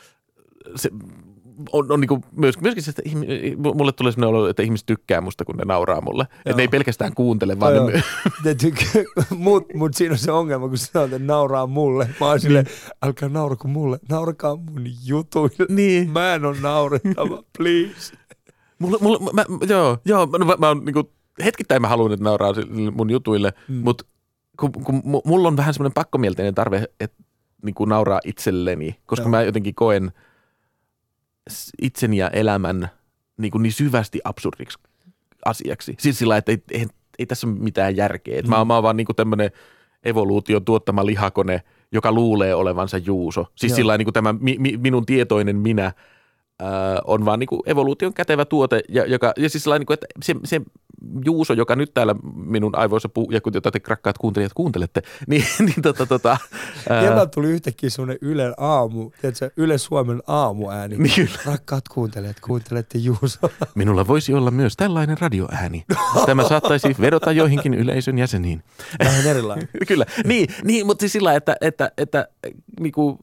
se on, on niinku myös, myöskin se, että mulle tulee sellainen olo, että ihmiset tykkää musta, kun ne nauraa mulle. Että ne ei pelkästään kuuntele, vaan Joo. ne... ne tykkää, mut, mut siinä on se ongelma, kun sanoo, että nauraa mulle. Mä oon silleen, älkää naurako mulle, naurakaa mun jutuille. Niin. Mä en ole naurettava, please. Mulla, mulla, mä, joo, joo, mä, mä oon niinku... Hetkittäin mä haluan, että nauraa mun jutuille, mm. mutta kun, kun mulla on vähän semmoinen pakkomielteinen tarve, että niin kuin nauraa itselleni, koska Joo. mä jotenkin koen itseni ja elämän niin, kuin niin syvästi absurdiksi asiaksi. Siis sillä, että ei, ei, ei tässä ole mitään järkeä. Mm. Mä, mä oon vaan niin kuin tämmöinen evoluution tuottama lihakone, joka luulee olevansa Juuso. Siis sillä niin kuin tämä mi, mi, minun tietoinen minä Äh, on vaan niin kuin evoluution kätevä tuote, ja, joka, ja siis sellainen, että se, se Juuso, joka nyt täällä minun aivoissa puhuu, ja kun jota te rakkaat kuuntelijat kuuntelette, niin, niin tota tota... Kevään tuli yhtäkkiä semmoinen Ylen aamu, tiedätkö, Yle Suomen aamuääni. Niin. Rakkaat kuuntelijat, kuuntelette Juusoa. Minulla voisi olla myös tällainen radioääni. Tämä saattaisi vedota joihinkin yleisön jäseniin. Vähän erilainen. Kyllä, niin, niin, mutta siis sillä, että, että, että niinku...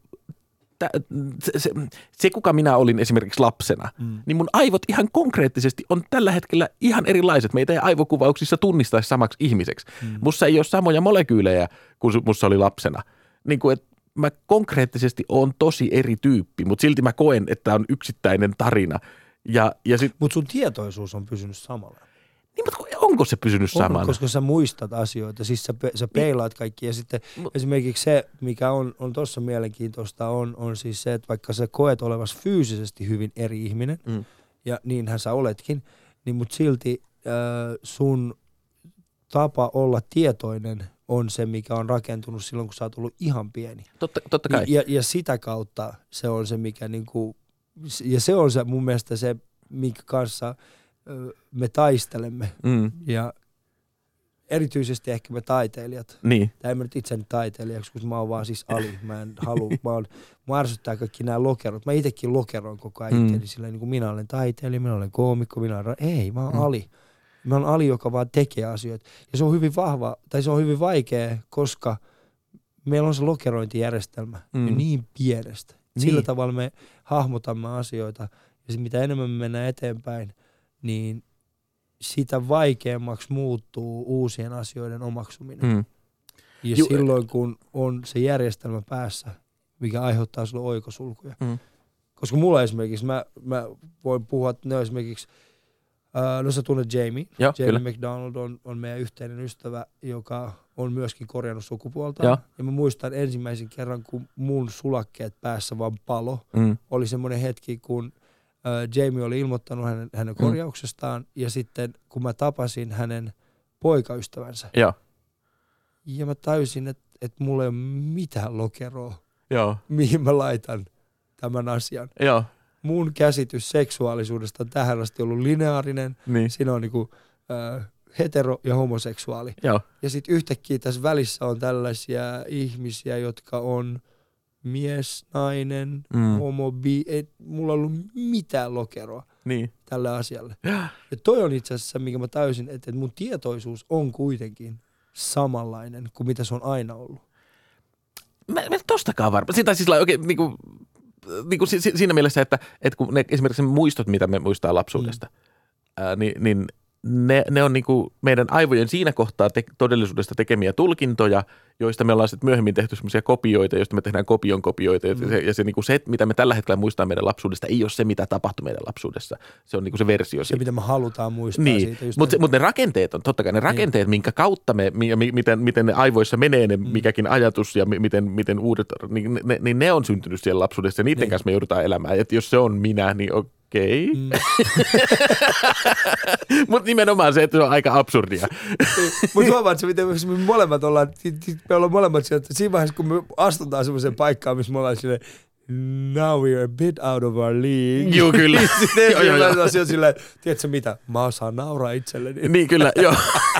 Se, se, se, kuka minä olin esimerkiksi lapsena, mm. niin mun aivot ihan konkreettisesti on tällä hetkellä ihan erilaiset. Meitä ei aivokuvauksissa tunnistaisi samaksi ihmiseksi. Mm. Mussa ei ole samoja molekyylejä kuin mussa oli lapsena. Niin kuin, että mä konkreettisesti oon tosi eri tyyppi, mutta silti mä koen, että tämä on yksittäinen tarina. Ja, ja sit... Mutta sun tietoisuus on pysynyt samalla. Niin, mutta onko se pysynyt on, samana? koska sä muistat asioita, siis sä, sä peilaat kaikki ja sitten Mut. esimerkiksi se, mikä on, on tuossa mielenkiintoista, on, on siis se, että vaikka sä koet olevasi fyysisesti hyvin eri ihminen, mm. ja niinhän sä oletkin, niin mut silti äh, sun tapa olla tietoinen on se, mikä on rakentunut silloin, kun sä oot ollut ihan pieni. Totta, totta kai. Ja, ja sitä kautta se on se, mikä niinku, ja se on se mun mielestä se, minkä kanssa me taistelemme. Mm. Ja erityisesti ehkä me taiteilijat. Niin. Tai en mä nyt itseni taiteilijaksi, koska mä oon vaan siis Ali. Mä en halua, mä oon, mä ärsyttää kaikki nämä lokerot. Mä itekin lokeroin koko ajan mm. itseni sillä niin kuin minä olen taiteilija, minä olen koomikko, minä olen... Ei, mä oon mm. Ali. Mä oon Ali, joka vaan tekee asioita. Ja se on hyvin vahva, tai se on hyvin vaikea, koska meillä on se lokerointijärjestelmä mm. niin pienestä. Sillä niin. tavalla me hahmotamme asioita. Ja se, mitä enemmän me mennään eteenpäin, niin sitä vaikeammaksi muuttuu uusien asioiden omaksuminen. Mm. Ja Ju- silloin, kun on se järjestelmä päässä, mikä aiheuttaa sulle oikosulkuja. Mm. Koska mulla esimerkiksi, mä, mä voin puhua, että ne on esimerkiksi, äh, no sä tunnet Jamie. Ja, Jamie kyllä. McDonald on, on meidän yhteinen ystävä, joka on myöskin korjannut sukupuolta. Ja, ja mä muistan ensimmäisen kerran, kun mun sulakkeet päässä vaan palo. Mm. Oli semmoinen hetki, kun Uh, Jamie oli ilmoittanut hänen, hänen korjauksestaan mm. ja sitten kun mä tapasin hänen poikaystävänsä ja, ja mä täysin, että et mulla ei ole mitään lokeroa, ja. mihin mä laitan tämän asian. Ja. Mun käsitys seksuaalisuudesta on tähän asti ollut lineaarinen. Niin. Siinä on niinku uh, hetero ja homoseksuaali. Ja, ja sitten yhtäkkiä tässä välissä on tällaisia ihmisiä, jotka on mies, nainen, mm. homo, bi, ei mulla ollut mitään lokeroa niin. tälle asialle. Ja. ja toi on itse asiassa, mikä mä täysin, että, että mun tietoisuus on kuitenkin samanlainen kuin mitä se on aina ollut. Mä en tostakaan varma. Sitä siis oikein niinku, niinku si, si, siinä mielessä, että, että kun ne esimerkiksi muistot, mitä me muistaa lapsuudesta, mm. ää, niin, niin ne, ne on niinku meidän aivojen siinä kohtaa te, todellisuudesta tekemiä tulkintoja, joista me ollaan sitten myöhemmin tehty semmoisia kopioita, joista me tehdään kopion kopioita. Mm. Ja, se, ja se, niinku se, mitä me tällä hetkellä muistaa meidän lapsuudesta, ei ole se, mitä tapahtui meidän lapsuudessa. Se on niinku se versio. Se, siitä. mitä me halutaan muistaa niin. siitä. Mutta mut ne rakenteet on, totta kai ne rakenteet, niin. minkä kautta me, mi, mi, miten, miten ne aivoissa menee ne mm. mikäkin ajatus ja mi, miten, miten uudet, niin ne, niin ne on syntynyt siellä lapsuudessa ja niiden niin. kanssa me joudutaan elämään. Et jos se on minä, niin okei. Okei. Mm. Mutta nimenomaan se, että se on aika absurdia. Mutta huomaat se, miten me molemmat ollaan, me ollaan molemmat sieltä, että siinä vaiheessa, kun me astutaan semmoiseen paikkaan, missä me ollaan silleen, now we're a bit out of our league. Joo, kyllä. Sitten ensimmäinen asia on silleen, tiedätkö mitä, mä osaan nauraa itselleni. Niin, kyllä, joo.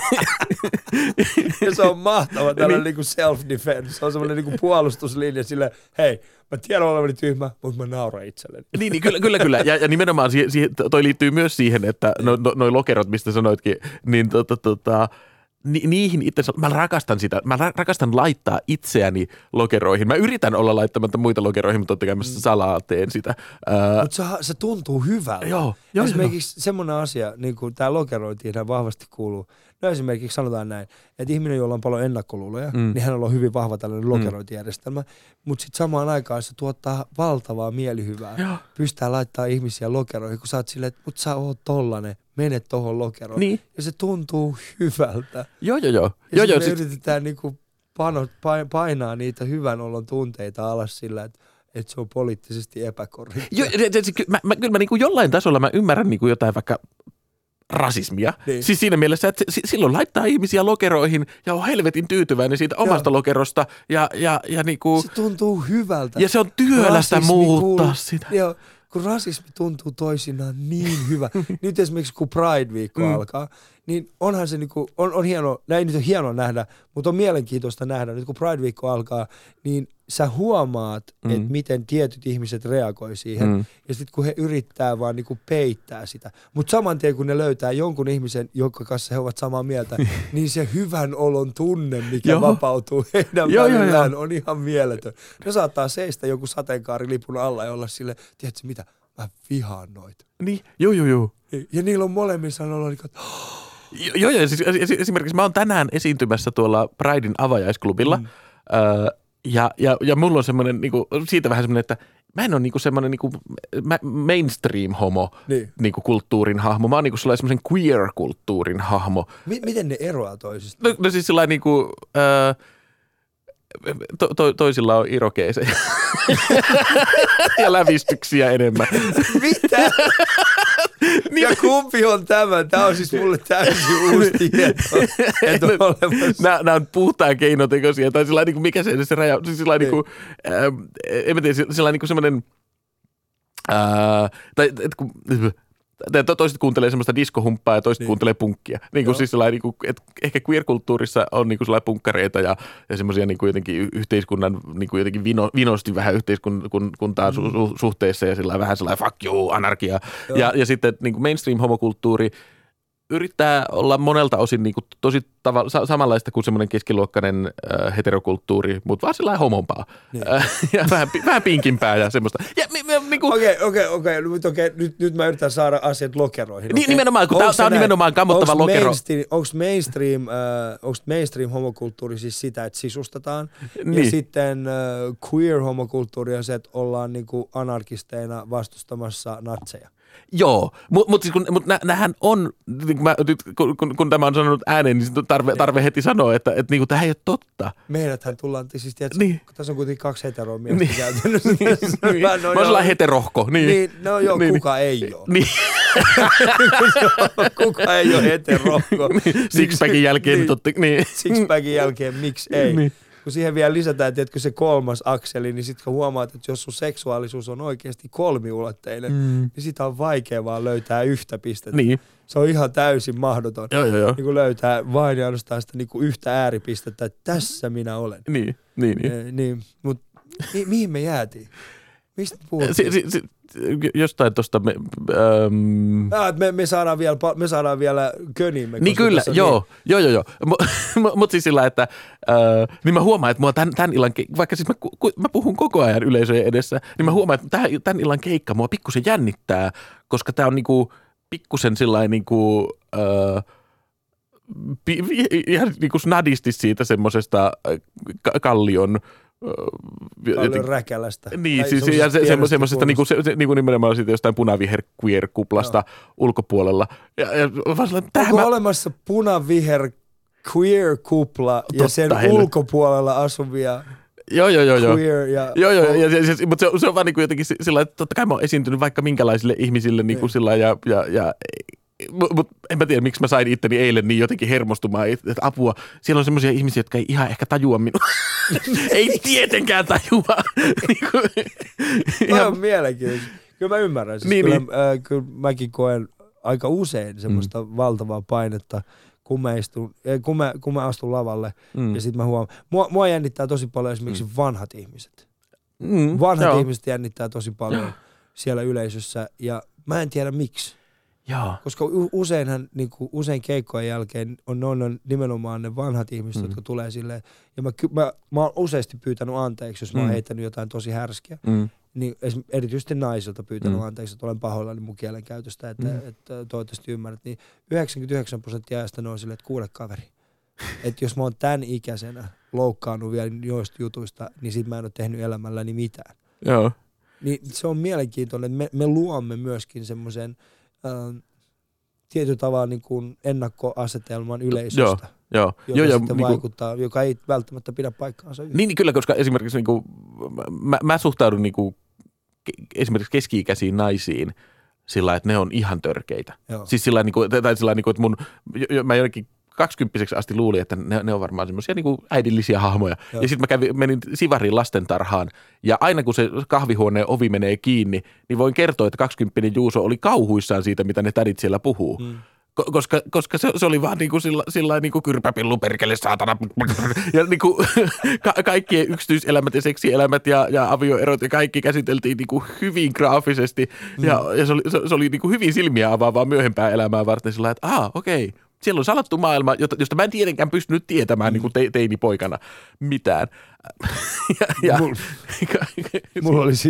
Ja se on mahtava tällainen niin. niinku self-defense. Se on semmoinen niinku puolustuslinja silleen, hei, mä tiedän olevani tyhmä, mutta mä nauran itselleni. Niin, niin kyllä, kyllä, kyllä. Ja, ja nimenomaan siihen, siihen, toi liittyy myös siihen, että no, no, noi lokerot, mistä sanoitkin, niin tota, tota, ni, niihin itse, mä rakastan sitä, mä rakastan laittaa itseäni lokeroihin. Mä yritän olla laittamatta muita lokeroihin, mutta totta kai mä salaa teen sitä. Mutta se, se tuntuu hyvältä. Joo, joo, esimerkiksi joo. semmoinen asia, niin kuin tämä lokerointi vahvasti kuuluu. No esimerkiksi sanotaan näin, että ihminen, jolla on paljon ennakkoluuloja, mm. niin hänellä on hyvin vahva tällainen lokerointijärjestelmä, mm. mutta sitten samaan aikaan se tuottaa valtavaa mielihyvää. Joo. Pystytään laittaa ihmisiä lokeroihin, kun sä oot silleen, että mut sä oot tollanen, mene tohon lokeroon. Niin. Ja se tuntuu hyvältä. Joo, joo, joo. Ja joo, joo me sit... yritetään niinku pano, painaa niitä hyvän olon tunteita alas sillä, että että se on poliittisesti epäkorrektia. Joo, mä, mä, kyllä mä niinku jollain tasolla mä ymmärrän niinku jotain vaikka rasismia. Niin. Siis siinä mielessä, että se, silloin laittaa ihmisiä lokeroihin ja on helvetin tyytyväinen siitä omasta Joo. lokerosta. Ja, ja, ja niinku, se tuntuu hyvältä. Ja se on työlästä muuttaa kuul... sitä. Joo, kun rasismi tuntuu toisinaan niin hyvä. Nyt esimerkiksi kun Pride-viikko mm. alkaa, niin onhan se niinku, on, on hienoa, näin nyt on hienoa nähdä, mutta on mielenkiintoista nähdä. Nyt kun Pride-viikko alkaa, niin sä huomaat, mm. että miten tietyt ihmiset reagoi siihen. Mm. Ja sitten kun he yrittää vaan niinku peittää sitä. Mutta saman tien kun ne löytää jonkun ihmisen, jonka kanssa he ovat samaa mieltä, niin se hyvän olon tunne, mikä Joo. vapautuu heidän Joo, välillään, jo, jo. on ihan mieletön. Ne saattaa seistä joku sateenkaarilipun alla ja olla silleen, tiedätkö mitä, mä vihaan noita. Niin, joo joo joo. Ja niillä on molemmin sanoilla, että Joo, joo. Siis esimerkiksi mä oon tänään esiintymässä tuolla Pridein avajaisklubilla. Mm. Öö, ja, ja, ja mulla on semmoinen, niinku, siitä vähän semmoinen, että mä en ole niinku semmoinen niinku mainstream-homo Niin. niinku kulttuurin hahmo. Mä oon niinku semmoisen queer-kulttuurin hahmo. M- miten ne eroaa toisistaan? No, no siis sellainen niinku... Öö, To, to, toisilla on irokeeseja ja lävistyksiä enemmän. Mitä? Ja kumpi on tämä? Tämä on siis mulle täysin uusi tieto. Että on olemassa. Nämä, nämä on puhtaan keinotekoisia. Tai sillä niin kuin, mikä se se raja on? Siis sillä niin kuin, ää, en mä tiedä, sillä niin kuin semmoinen... Ää, tai et, kun... Toiset kuuntelee semmoista diskohumppaa ja toiset niin. kuuntelee punkkia. Niin kuin siis niin kuin, että ehkä queer-kulttuurissa on niin kuin punkkareita ja, ja semmoisia niin kuin jotenkin yhteiskunnan niin kuin jotenkin vino, vinosti vähän yhteiskuntaa mm. su, suhteessa ja sillä vähän sellainen fuck you, anarkia. Ja, ja sitten niin kuin mainstream-homokulttuuri yrittää olla monelta osin niin kuin tosi tava, sa, samanlaista kuin semmoinen keskiluokkainen äh, heterokulttuuri, mutta vaan sellainen homompaa. Niin. Äh, ja vähän, vähän pinkimpää ja semmoista. Ja, mi, mi, niin kuin... Okei, okei, okei. Nyt, okay. nyt, nyt mä yritän saada asiat lokeroihin. Niin, okay. Nimenomaan, kun tämä on nimenomaan kammottava lokero. Onko mainstream, äh, mainstream homokulttuuri siis sitä, että sisustetaan? Niin. Ja sitten äh, queer homokulttuuri on se, että ollaan niinku anarkisteina vastustamassa natseja. Joo, mutta mut siis kun, mut nä, nämähän on, mä, nyt, kun, kun, kun tämä on sanonut ääneen, niin tarve, tarve heti sanoa, että et, niinku, tämä ei ole totta. Meidäthän tullaan, siis tiedätkö, niin. tässä on kuitenkin kaksi heteroa miestä niin. käytännössä. niin. niin. Mä oon sellainen heterohko. Niin, niin no joo, niin. kuka ei ole. Niin. Kuka ei ole heterohko. Niin. Sixpackin jälkeen. Niin. Totti, niin. Sixpackin jälkeen, miksi ei. Niin. Kun siihen vielä lisätään, tiedätkö, se kolmas akseli, niin sitten kun huomaat, että jos sun seksuaalisuus on oikeasti kolmiulotteinen, mm. niin sitä on vaikea vaan löytää yhtä pistettä. Niin. Se on ihan täysin mahdoton. Joo, joo, joo. Niin kuin löytää vain ja ainoastaan sitä niin kuin yhtä ääripistettä, että tässä minä olen. Niin, niin, niin. E, niin. Mutta mi- mihin me jäätiin? Mistä puhuttiin? Si- si- si- jostain tuosta me, ähm... ah, me, me, saadaan vielä, me saadaan vielä könimme. Niin kyllä, joo, niin... joo, joo, joo. Mutta mut siis sillä, että äh, niin mä huomaan, että mua tämän, tämän illan, vaikka siis mä, ku, mä puhun koko ajan yleisöjen edessä, niin mä huomaan, että tämän, tämän illan keikka mua pikkusen jännittää, koska tää on niinku pikkusen sillain niinku... Äh, ihan niinku snadisti siitä semmosesta kallion Kallion räkälästä. Niin, siis ja se, semmo, semmoisesta niinku, se, se, niinku nimenomaan siitä jostain punaviher queer-kuplasta no. ulkopuolella. Ja, ja onko mä... olemassa punaviher queer-kupla ja sen heille. ulkopuolella asuvia Joo, joo, joo. joo. Queer ja... Joo, joo, ja, ja, ja, mutta se, se on vaan niinku jotenkin sillä, että totta kai mä oon esiintynyt vaikka minkälaisille ihmisille niinku sillä ja, ja, ja mutta mut, en mä tiedä, miksi mä sain itteni eilen niin jotenkin hermostumaan, että apua, siellä on semmoisia ihmisiä, jotka ei ihan ehkä tajua minua. Ei tietenkään tajua. Tämä on mielenkiintoista. Kyllä mä ymmärrän. Siis niin, kyllä, niin. Äh, kyllä mäkin koen aika usein semmoista mm. valtavaa painetta, kun mä, istun, kun mä, kun mä astun lavalle mm. ja sit mä huomaan. Mua, mua jännittää tosi paljon esimerkiksi mm. vanhat ihmiset. Mm. Vanhat Joo. ihmiset jännittää tosi paljon siellä yleisössä ja mä en tiedä miksi. Joo. Koska useinhan, niin kuin usein keikkojen jälkeen on, on, on nimenomaan ne vanhat ihmiset, mm. jotka tulee silleen. Ja mä, mä, mä oon useasti pyytänyt anteeksi, jos mä oon mm. heittänyt jotain tosi härskiä. Mm. Niin erityisesti naisilta pyytänyt mm. anteeksi, että olen pahoillani mun kielenkäytöstä, että, mm. että toivottavasti ymmärrät. Niin yhdeksänkymmentäyhdeksän prosenttia ajasta ne on silleen, että kuule kaveri. Että jos mä oon tämän ikäisenä loukkaannut vielä joista jutuista, niin sit mä en ole tehnyt elämälläni mitään. Joo. Niin se on mielenkiintoinen, että me, me luomme myöskin semmoisen Uh, tietyllä tavalla niin kuin ennakkoasetelman yleisöstä, joo, joka joo, sitten jo, vaikuttaa, niin kuin, joka ei välttämättä pidä paikkaansa. Niin, niin kyllä, koska esimerkiksi niin kuin, mä, mä suhtaudun niin kuin, esimerkiksi keski-ikäisiin naisiin sillä, että ne on ihan törkeitä. Joo. Siis sillä niin kuin, tai sillä niin kuin, että mun, mä jonnekin kaksikymppiseksi asti luulin, että ne, ne on varmaan semmoisia niin kuin äidillisiä hahmoja. Joo. Ja sitten mä kävin, menin Sivariin lastentarhaan, ja aina kun se kahvihuoneen ovi menee kiinni, niin voin kertoa, että kaksikymppinen Juuso oli kauhuissaan siitä, mitä ne tädit siellä puhuu. Mm. Ko- koska koska se, se oli vaan niin kuin sillä, sillä niin kuin kyrpäpillu, perkele, saatana. Ja niin kuin, ka- kaikkien yksityiselämät ja seksielämät ja, ja avioerot ja kaikki käsiteltiin niin kuin hyvin graafisesti. Mm. Ja, ja se oli, se, se oli niin kuin hyvin silmiä avaavaa myöhempää elämää varten sillä, että aah, okei. Okay. Siellä on salattu maailma, josta mä en tietenkään pystynyt tietämään mm. niin kuin te, teinipoikana mitään. ja, ja, mulla, mulla oli siis,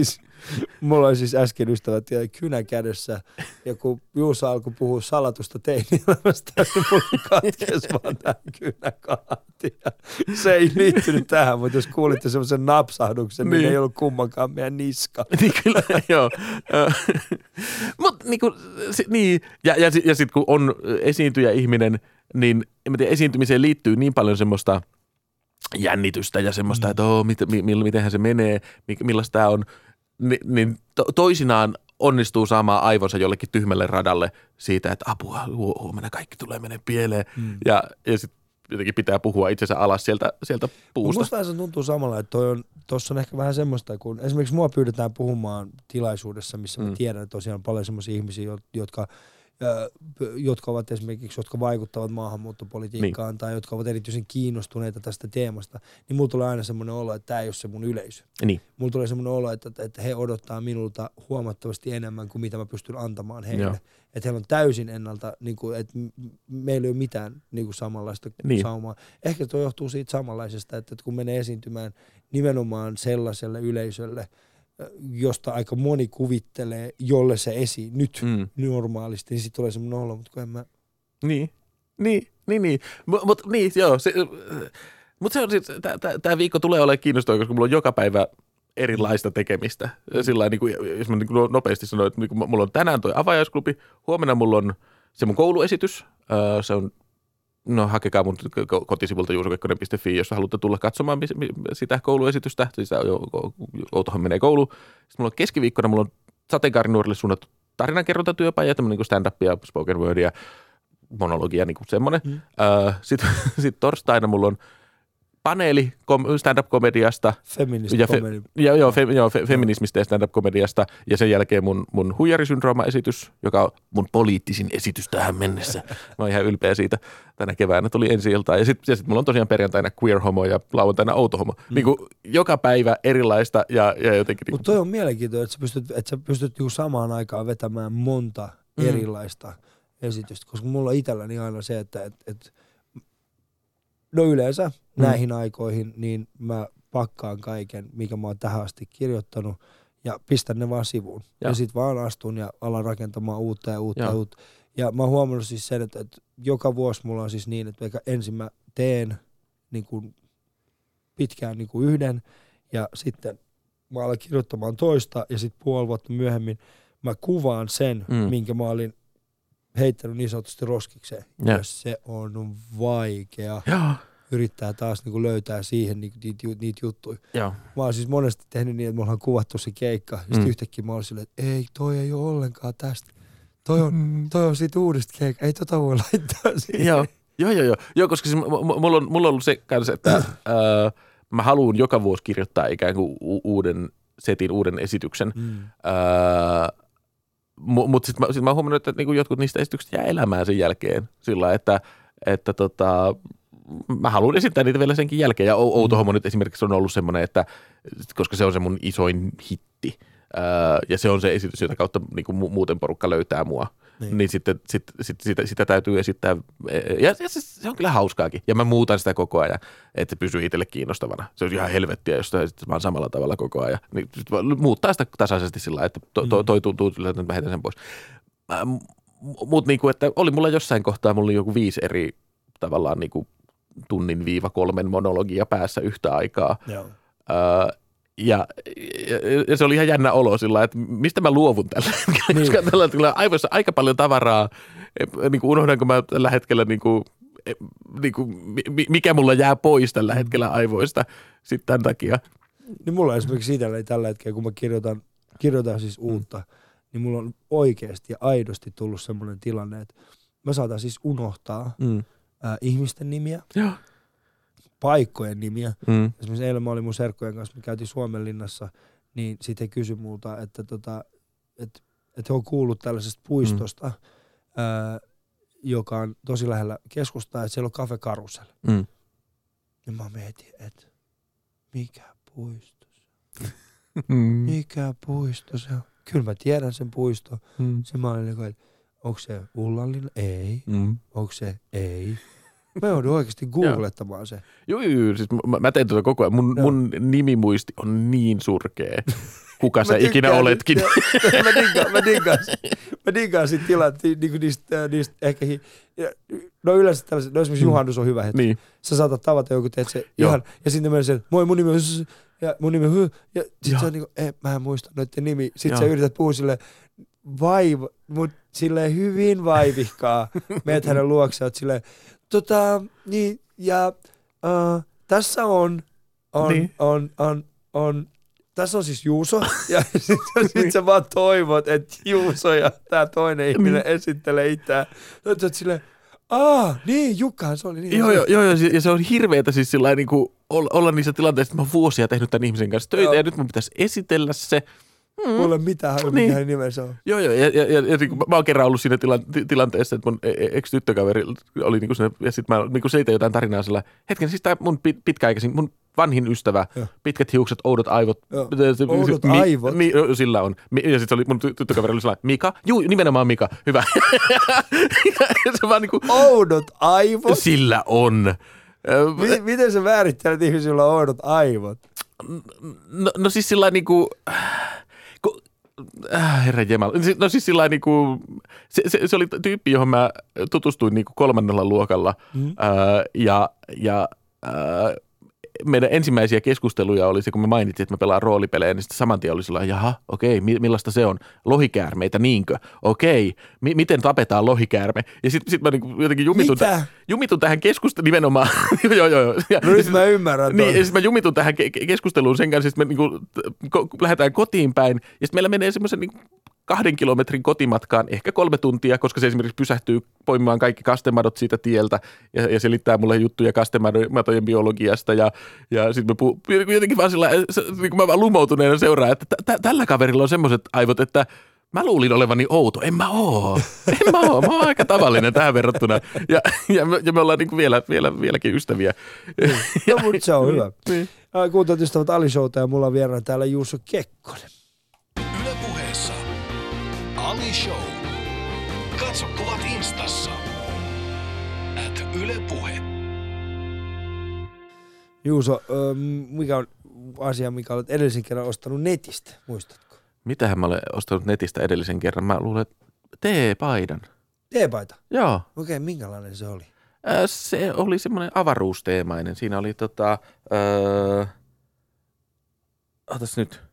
Mulla oli siis äsken ystävät kynä kädessä, ja kun Juusa alkoi puhua salatusta teinielämästä, niin mulla katkesi vaan tämä kynä kahti. Se ei liittynyt tähän, mutta jos kuulitte semmoisen napsahduksen, niin, niin ei ollut kummankaan meidän niska. Niin kyllä, joo. Mutta niinku, niin, ja, ja, ja sitten kun on esiintyjä ihminen, niin en mä tiedä, esiintymiseen liittyy niin paljon semmoista jännitystä ja semmoista, mm. että oh, mit, mi, mitenhän se menee, millaista tämä on, Ni, niin to, toisinaan onnistuu saamaan aivonsa jollekin tyhmälle radalle siitä, että apua, huomenna kaikki tulee menee pieleen mm. ja, ja sitten jotenkin pitää puhua itsensä alas sieltä, sieltä puusta. Musta se tuntuu samalla, että on, tuossa on ehkä vähän semmoista, kun esimerkiksi mua pyydetään puhumaan tilaisuudessa, missä mm. mä tiedän, että tosiaan on paljon semmoisia ihmisiä, jotka jotka ovat esimerkiksi, jotka vaikuttavat maahanmuuttopolitiikkaan niin. tai jotka ovat erityisen kiinnostuneita tästä teemasta, niin mulla tulee aina semmoinen olo, että tämä ei ole se mun yleisö. Niin. Mulla tulee semmoinen olo, että, että he odottaa minulta huomattavasti enemmän kuin mitä mä pystyn antamaan heille. Joo. Että heillä on täysin ennalta, niin kuin, että meillä ei ole mitään niin kuin samanlaista niin. saumaa. Ehkä tuo johtuu siitä samanlaisesta, että kun menee esiintymään nimenomaan sellaiselle yleisölle, josta aika moni kuvittelee, jolle se esiin nyt mm. normaalisti, niin sitten tulee semmoinen olo, mutta kun en mä... Niin, niin, niin, niin. Mutta mut, niin, joo. Se, mutta se on siis, tämä viikko tulee olemaan kiinnostava, koska mulla on joka päivä erilaista tekemistä. Mm. Sillain, niin kuin, jos mä niin kuin nopeasti sanoin, että niin kuin, mulla on tänään toi avajaisklubi, huomenna mulla on se mun kouluesitys, se on no hakekaa mun kotisivulta juusukekkonen piste fi, jos haluatte tulla katsomaan sitä kouluesitystä. Siis Outohan menee kouluun. Sitten mulla on keskiviikkona, mulla on sateenkaarinuorille suunnattu tarinankerrontatyöpaja, tämmöinen niin stand-up ja spoken word ja monologia, niin kuin semmoinen. Mm. Sitten sit torstaina mulla on paneeli stand-up-komediasta. Feminist-komedi. Ja, ja, joo, fe, joo fe, feminismistä ja stand-up-komediasta. Ja sen jälkeen mun, mun huijarisyndrooma-esitys, joka on mun poliittisin esitys tähän mennessä. Mä oon ihan ylpeä siitä. Tänä keväänä tuli ensi iltaan. Ja sitten sit mulla on tosiaan perjantaina queer homo ja lauantaina outo homo. Mm. Niin kuin joka päivä erilaista ja, ja jotenkin... Mutta toi on mielenkiintoinen, että sä pystyt, että sä pystyt niin samaan aikaan vetämään monta mm. erilaista esitystä. Koska mulla on itselläni aina se, että... Et, et, no yleensä mm. näihin aikoihin niin mä pakkaan kaiken, mikä mä oon tähän asti kirjoittanut ja pistän ne vaan sivuun. Ja, ja sit vaan astun ja alan rakentamaan uutta ja uutta ja, ja uutta. Ja mä oon huomannut siis sen, että, että joka vuosi mulla on siis niin, että ensin mä teen niin kuin pitkään niin kuin yhden ja sitten mä alan kirjoittamaan toista ja sitten puoli vuotta myöhemmin mä kuvaan sen, mm. minkä mä olin heittänyt niin sanotusti roskikseen. Ja. Ja se on vaikea. Ja. Yrittää taas niinku löytää siihen niinku niitä, niitä juttuja. Ja. Mä oon siis monesti tehnyt niin, että me ollaan kuvattu se keikka. Ja sitten mm. yhtäkkiä mä oon silleen, että ei, toi ei ole ollenkaan tästä. Toi on, mm. toi on siitä uudesta keikka. Ei tota voi laittaa siihen. Joo, joo, joo. joo. joo koska siis mulla on, mulla on ollut se kanssa, että äh, mä haluan joka vuosi kirjoittaa ikään kuin u- uuden setin, uuden esityksen. Mm. Äh, Mutta sitten mä, sit mä oon huomannut, että niinku jotkut niistä esityksistä jää elämään sen jälkeen sillä, että, että tota, mä haluan esittää niitä vielä senkin jälkeen. Ja Outo Homo nyt esimerkiksi on ollut semmoinen, että koska se on se mun isoin hitti ää, ja se on se esitys, jota kautta niinku muuten porukka löytää mua, niin, niin sitten sit, sit, sitä, sitä täytyy esittää. Ja, ja se, se on kyllä hauskaakin. Ja mä muutan sitä koko ajan, että se pysyy itselle kiinnostavana. Se on ihan helvettiä, jos sitä vaan samalla tavalla koko ajan. Niin, muuttaa sitä tasaisesti sillä lailla, että to, to, toi tuntuu sillä, että mä heitän sen pois. Mutta niinku, että oli mulla jossain kohtaa, mulla oli joku viisi eri tavallaan niinku tunnin viiva kolmen monologia päässä yhtä aikaa. Joo. Öö, Ja, ja, ja se oli ihan jännä olo sillä, että mistä mä luovun tällä hetkellä, niin. Koska tällä hetkellä on aivoissa aika paljon tavaraa, niin kuin unohdanko mä tällä hetkellä, niin kuin, niin kuin, mikä mulla jää pois tällä hetkellä aivoista sitten tämän takia. Niin mulla esimerkiksi itsellä tällä hetkellä, kun mä kirjoitan, kirjoitan siis uutta, mm. niin mulla on oikeasti ja aidosti tullut semmoinen tilanne, että mä saatan siis unohtaa mm. äh, ihmisten nimiä. Joo. Paikkojen nimiä. Mm. Esimerkiksi eilen mä olin mun serkkojen kanssa, me käytiin Suomenlinnassa, niin sitten he kysyi multa, että tota, et, et he on kuullut tällaisesta puistosta, mm. ää, joka on tosi lähellä keskustaa, että siellä on Cafe Karusel. Mm. Ja mä mietin, että mikä puisto se on? Mikä puisto se on? Kyllä mä tiedän sen puiston. Mm. Se mä olin niin kuin, että onko se Ullanlinna? Ei. Mm. Onko se? Ei. Mä joudun oikeasti googlettamaan se. Joo, joo, siis mä, mä teen tuota koko ajan. Mun, mun nimimuisti on niin surkea, kuka sä ikinä tykkään, oletkin. Jo, mä digaan, mä digaan, mä digaan sit tilat, niinku niistä, niistä ehkä, hi, no yleensä tällaiset, no esimerkiksi mm. juhannus on hyvä hetki. Niin. Sä saatat tavata joku, teet se ihan, ja sitten menee sen, moi mun nimi on, ja mun nimi on, ja sit se on niinku, ei, mä en muista noitten nimi. Sit sä yrität puhua silleen, vaiva, mut silleen hyvin vaivihkaa. Meet hänen luokse, oot silleen, tota, niin, ja uh, tässä on, on, niin. on, on, on, tässä on siis Juuso, ja sitten sit sä vaan toivot, että Juuso ja tää toinen ihminen esittelee itseään. Sä oot silleen, aa, niin, Jukkahan se oli. Niin, joo, joo, joo, ja se on hirveetä siis sillä niin kuin olla niissä tilanteissa, että mä oon vuosia tehnyt tämän ihmisen kanssa töitä, joo. Ja nyt mun pitäisi esitellä se. Mm. Mulla ei mitään hajua, niin. Mikä hänen nimensä on. Joo, joo, ja, ja, ja, ja niin mä oon kerran ollut siinä tila, tilanteessa, että mun ex-tyttökaveri oli niin kuin siinä, ja sit mä niin kuin selitän jotain tarinaa sillä, hetken, siis tää mun pitkäaikaisin, mun vanhin ystävä, joo. Pitkät hiukset, oudot aivot. Joo. Oudot mi, aivot? Mi, sillä on. Ja sit se oli, mun tyttökaveri oli sellainen, Mika? Juu, nimenomaan Mika, hyvä. Ja se vaan niin kuin, oudot aivot? Sillä on. M- miten sä määrittelet ihmisillä on oudot aivot? No, no siis sillä niinku, ku, äh, herra jemal, no siis sillä niinku, se, se, se oli tyyppi, johon mä tutustuin niinku kolmannella luokalla mm. äh, ja, ja äh, meidän ensimmäisiä keskusteluja oli se, kun me mainitsin, että mä pelaan roolipelejä, niin sitten saman tien oli sellainen, jaha, okei, millaista se on? Lohikäärmeitä, niinkö? Okei, mi- miten tapetaan lohikäärme? Ja sitten sit mä niinku jotenkin jumitun, tä- jumitun tähän keskusteluun, nimenomaan, joo, joo, joo. Ja, no nyt mä ymmärrän. Niin, ja sitten mä jumitun tähän ke- keskusteluun sen kanssa, että me niinku, ko- lähdetään kotiin päin, ja sitten meillä menee semmoisen niinku kahden kilometrin kotimatkaan, ehkä kolme tuntia, koska se esimerkiksi pysähtyy poimimaan kaikki kastemadot siitä tieltä ja, ja selittää mulle juttuja kastematojen biologiasta ja, ja sitten me puh- jotenkin vaan sillä, niin kuin mä vaan lumoutuneena seuraan, että t- t- tällä kaverilla on semmoiset aivot, että mä luulin olevani outo. En mä oo. En mä oo. Mä oon aika tavallinen tähän verrattuna. Ja, ja, me, ja me ollaan niin kuin vielä, vielä, vieläkin ystäviä. No, mutta se on hyvä. Niin. Kuuntelut ystävät Ali Showta ja mulla on vieraana täällä Juuso Kekkonen. Yle Puheessa Ali Show. Katso kuvat Instassa. At Yle Puhe. Juuso, mikä on asia, mikä olet edellisen kerran ostanut netistä, muistatko? Mitähän mä olen ostanut netistä edellisen kerran? Mä luulen, että teepaidan. Teepaita? Joo. Okei, okay, minkälainen se oli? Äh, se oli semmoinen avaruusteemainen. Siinä oli tota... Öö, otas nyt.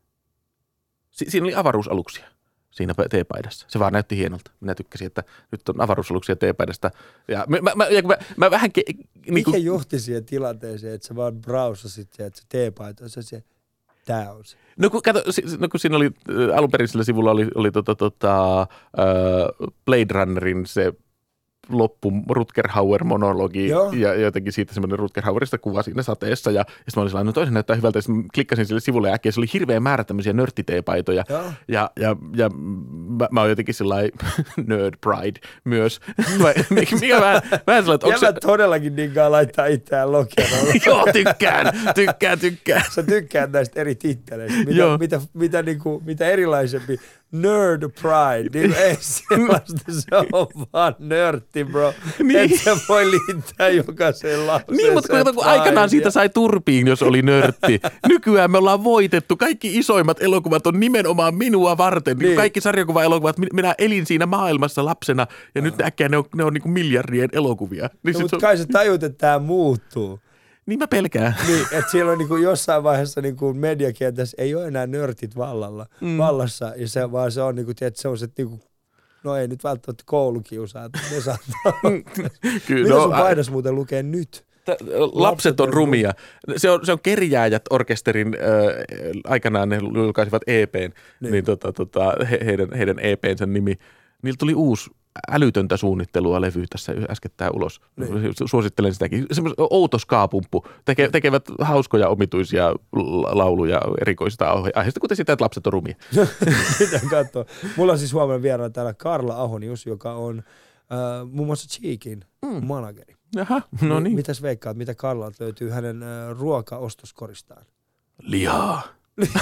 Si- siinä oli avaruusaluksia siinä teepaidassa. Se vaan näytti hienolta. Minä tykkäsin, että nyt on avaruusaluksia teepaidasta. Ja mä, mä, mä, mä, mä vähän... Ke, Mikä niin kuin... johti siihen tilanteeseen, että sä vaan browsasit se, että se teepaita on se... Tää on se. No kun, kato, no kun siinä oli, alun perin sillä sivulla oli, oli tota, tota, uh, Blade Runnerin se loppu Rutger Hauer-monologi Joo. ja jotenkin siitä semmoinen Rutger Hauerista kuva siinä sateessa. Ja, ja sitten mä olin sellainen, no toisen näyttää hyvältä, ja sitten klikkasin sille sivulle ja äkkiä se oli hirveä määrä tämmöisiä nörttiteepaitoja. Ja, ja, ja, ja mä, mä oon jotenkin sellainen nerd pride myös. Mikä vähän, vähän sellainen, ja mä se... todellakin niinkaan laittaa itseään lokeroon. Joo, tykkään, tykkään, tykkään. Sä tykkäät näistä eri titteleistä. Mitä, mitä, mitä, niinku, mitä erilaisempi. Nerd pride, niin ei sellaista, se on vaan nörtti, bro. Niin. Et sä voi liittää jokaiseen lapseen. Niin, mutta kun aikanaan siitä sai turpiin, jos oli nörtti. Nykyään me ollaan voitettu. Kaikki isoimmat elokuvat on nimenomaan minua varten. Niin. Kaikki sarjakuva-elokuvat, minä elin siinä maailmassa lapsena, ja nyt äkkiä ne on, ne on niin kuin miljardien elokuvia. Niin no, mutta on... kai sä tajut, että tää muuttuu. Niin mä pelkään. Niin, että siellä on niinku jossain vaiheessa niinku mediakentässä ei ole enää nörtit vallalla, mm. vallassa, ja se, vaan se on niinku, tiedät, sellaiset niinku, no ei nyt välttämättä koulukiusaat, ne saattaa. Kyllä. Mitä no, sun paidas muuten lukee nyt? T- lapset on rumia. Se on, se on Kerjääjät orkesterin, äh, aikanaan ne julkaisivat E P:n, niin, niin tota, tota, he, heidän, heidän E P:nsä nimi. Niillä tuli uusi älytöntä suunnittelua levy tässä äskettäin ulos. Niin. Suosittelen sitäkin. Semmoinen outo skaapumppu. Teke, tekevät hauskoja omituisia lauluja erikoisista aiheista, kuten sitä, että lapset on rumia. Mitä katsoa. Mulla on siis huomenna vieraana täällä Karla Ahonius, joka on äh, muun muassa Cheekin mm. manageri. Jaha, no niin. Mitäs veikkaat, mitä Karlalta löytyy hänen äh, ruokaostoskoristaan? Lihaa.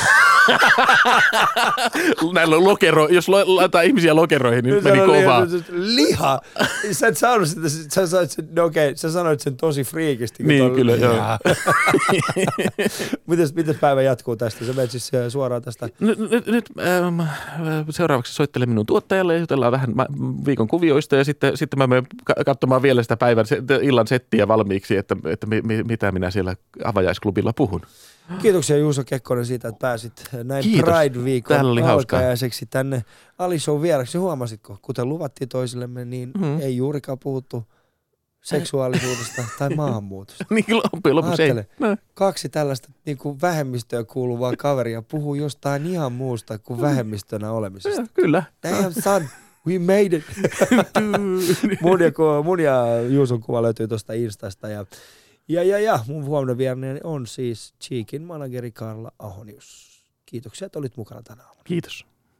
Näillä on lokero, jos lo, laitetaan ihmisiä lokeroihin, niin meni kovaa. Liha. Sä et saanut sitä, sä, sanoit sen, no okei, sä sanoit sen tosi friikisti. Niin, kyllä, joo. mites, mites päivä jatkuu tästä? Sä menet siis suoraan tästä. Nyt, nyt, nyt ähm, seuraavaksi soittelen minun tuottajalle ja jutellaan vähän viikon kuvioista ja sitten, sitten mä menen katsomaan vielä sitä päivän illan settiä valmiiksi, että, että mi, mitä minä siellä avajaisklubilla puhun. Kiitoksia Juuso Kekkonen siitä, että pääsit näin Kiitos. Pride-viikon hauskaa. alkajaiseksi tänne Ali Show vieraksi. Huomasitko, kuten luvattiin toisillemme, niin mm-hmm. ei juurikaan puhuttu seksuaalisuudesta tai maahanmuutosta. Niin loppujen lopuksi ei. No. Kaksi tällaista niin kuin vähemmistöön kuuluvaa kaveria puhuu jostain ihan muusta kuin vähemmistönä olemisesta. Ja, kyllä. Damn son, we made it. mun, ja, mun ja Juuson kuva löytyy tuosta Instasta ja Ja, ja, ja mun huomenna vieraani on siis Cheekin manageri Karla Ahonius. Kiitoksia, että olit mukana tänään. Kiitos.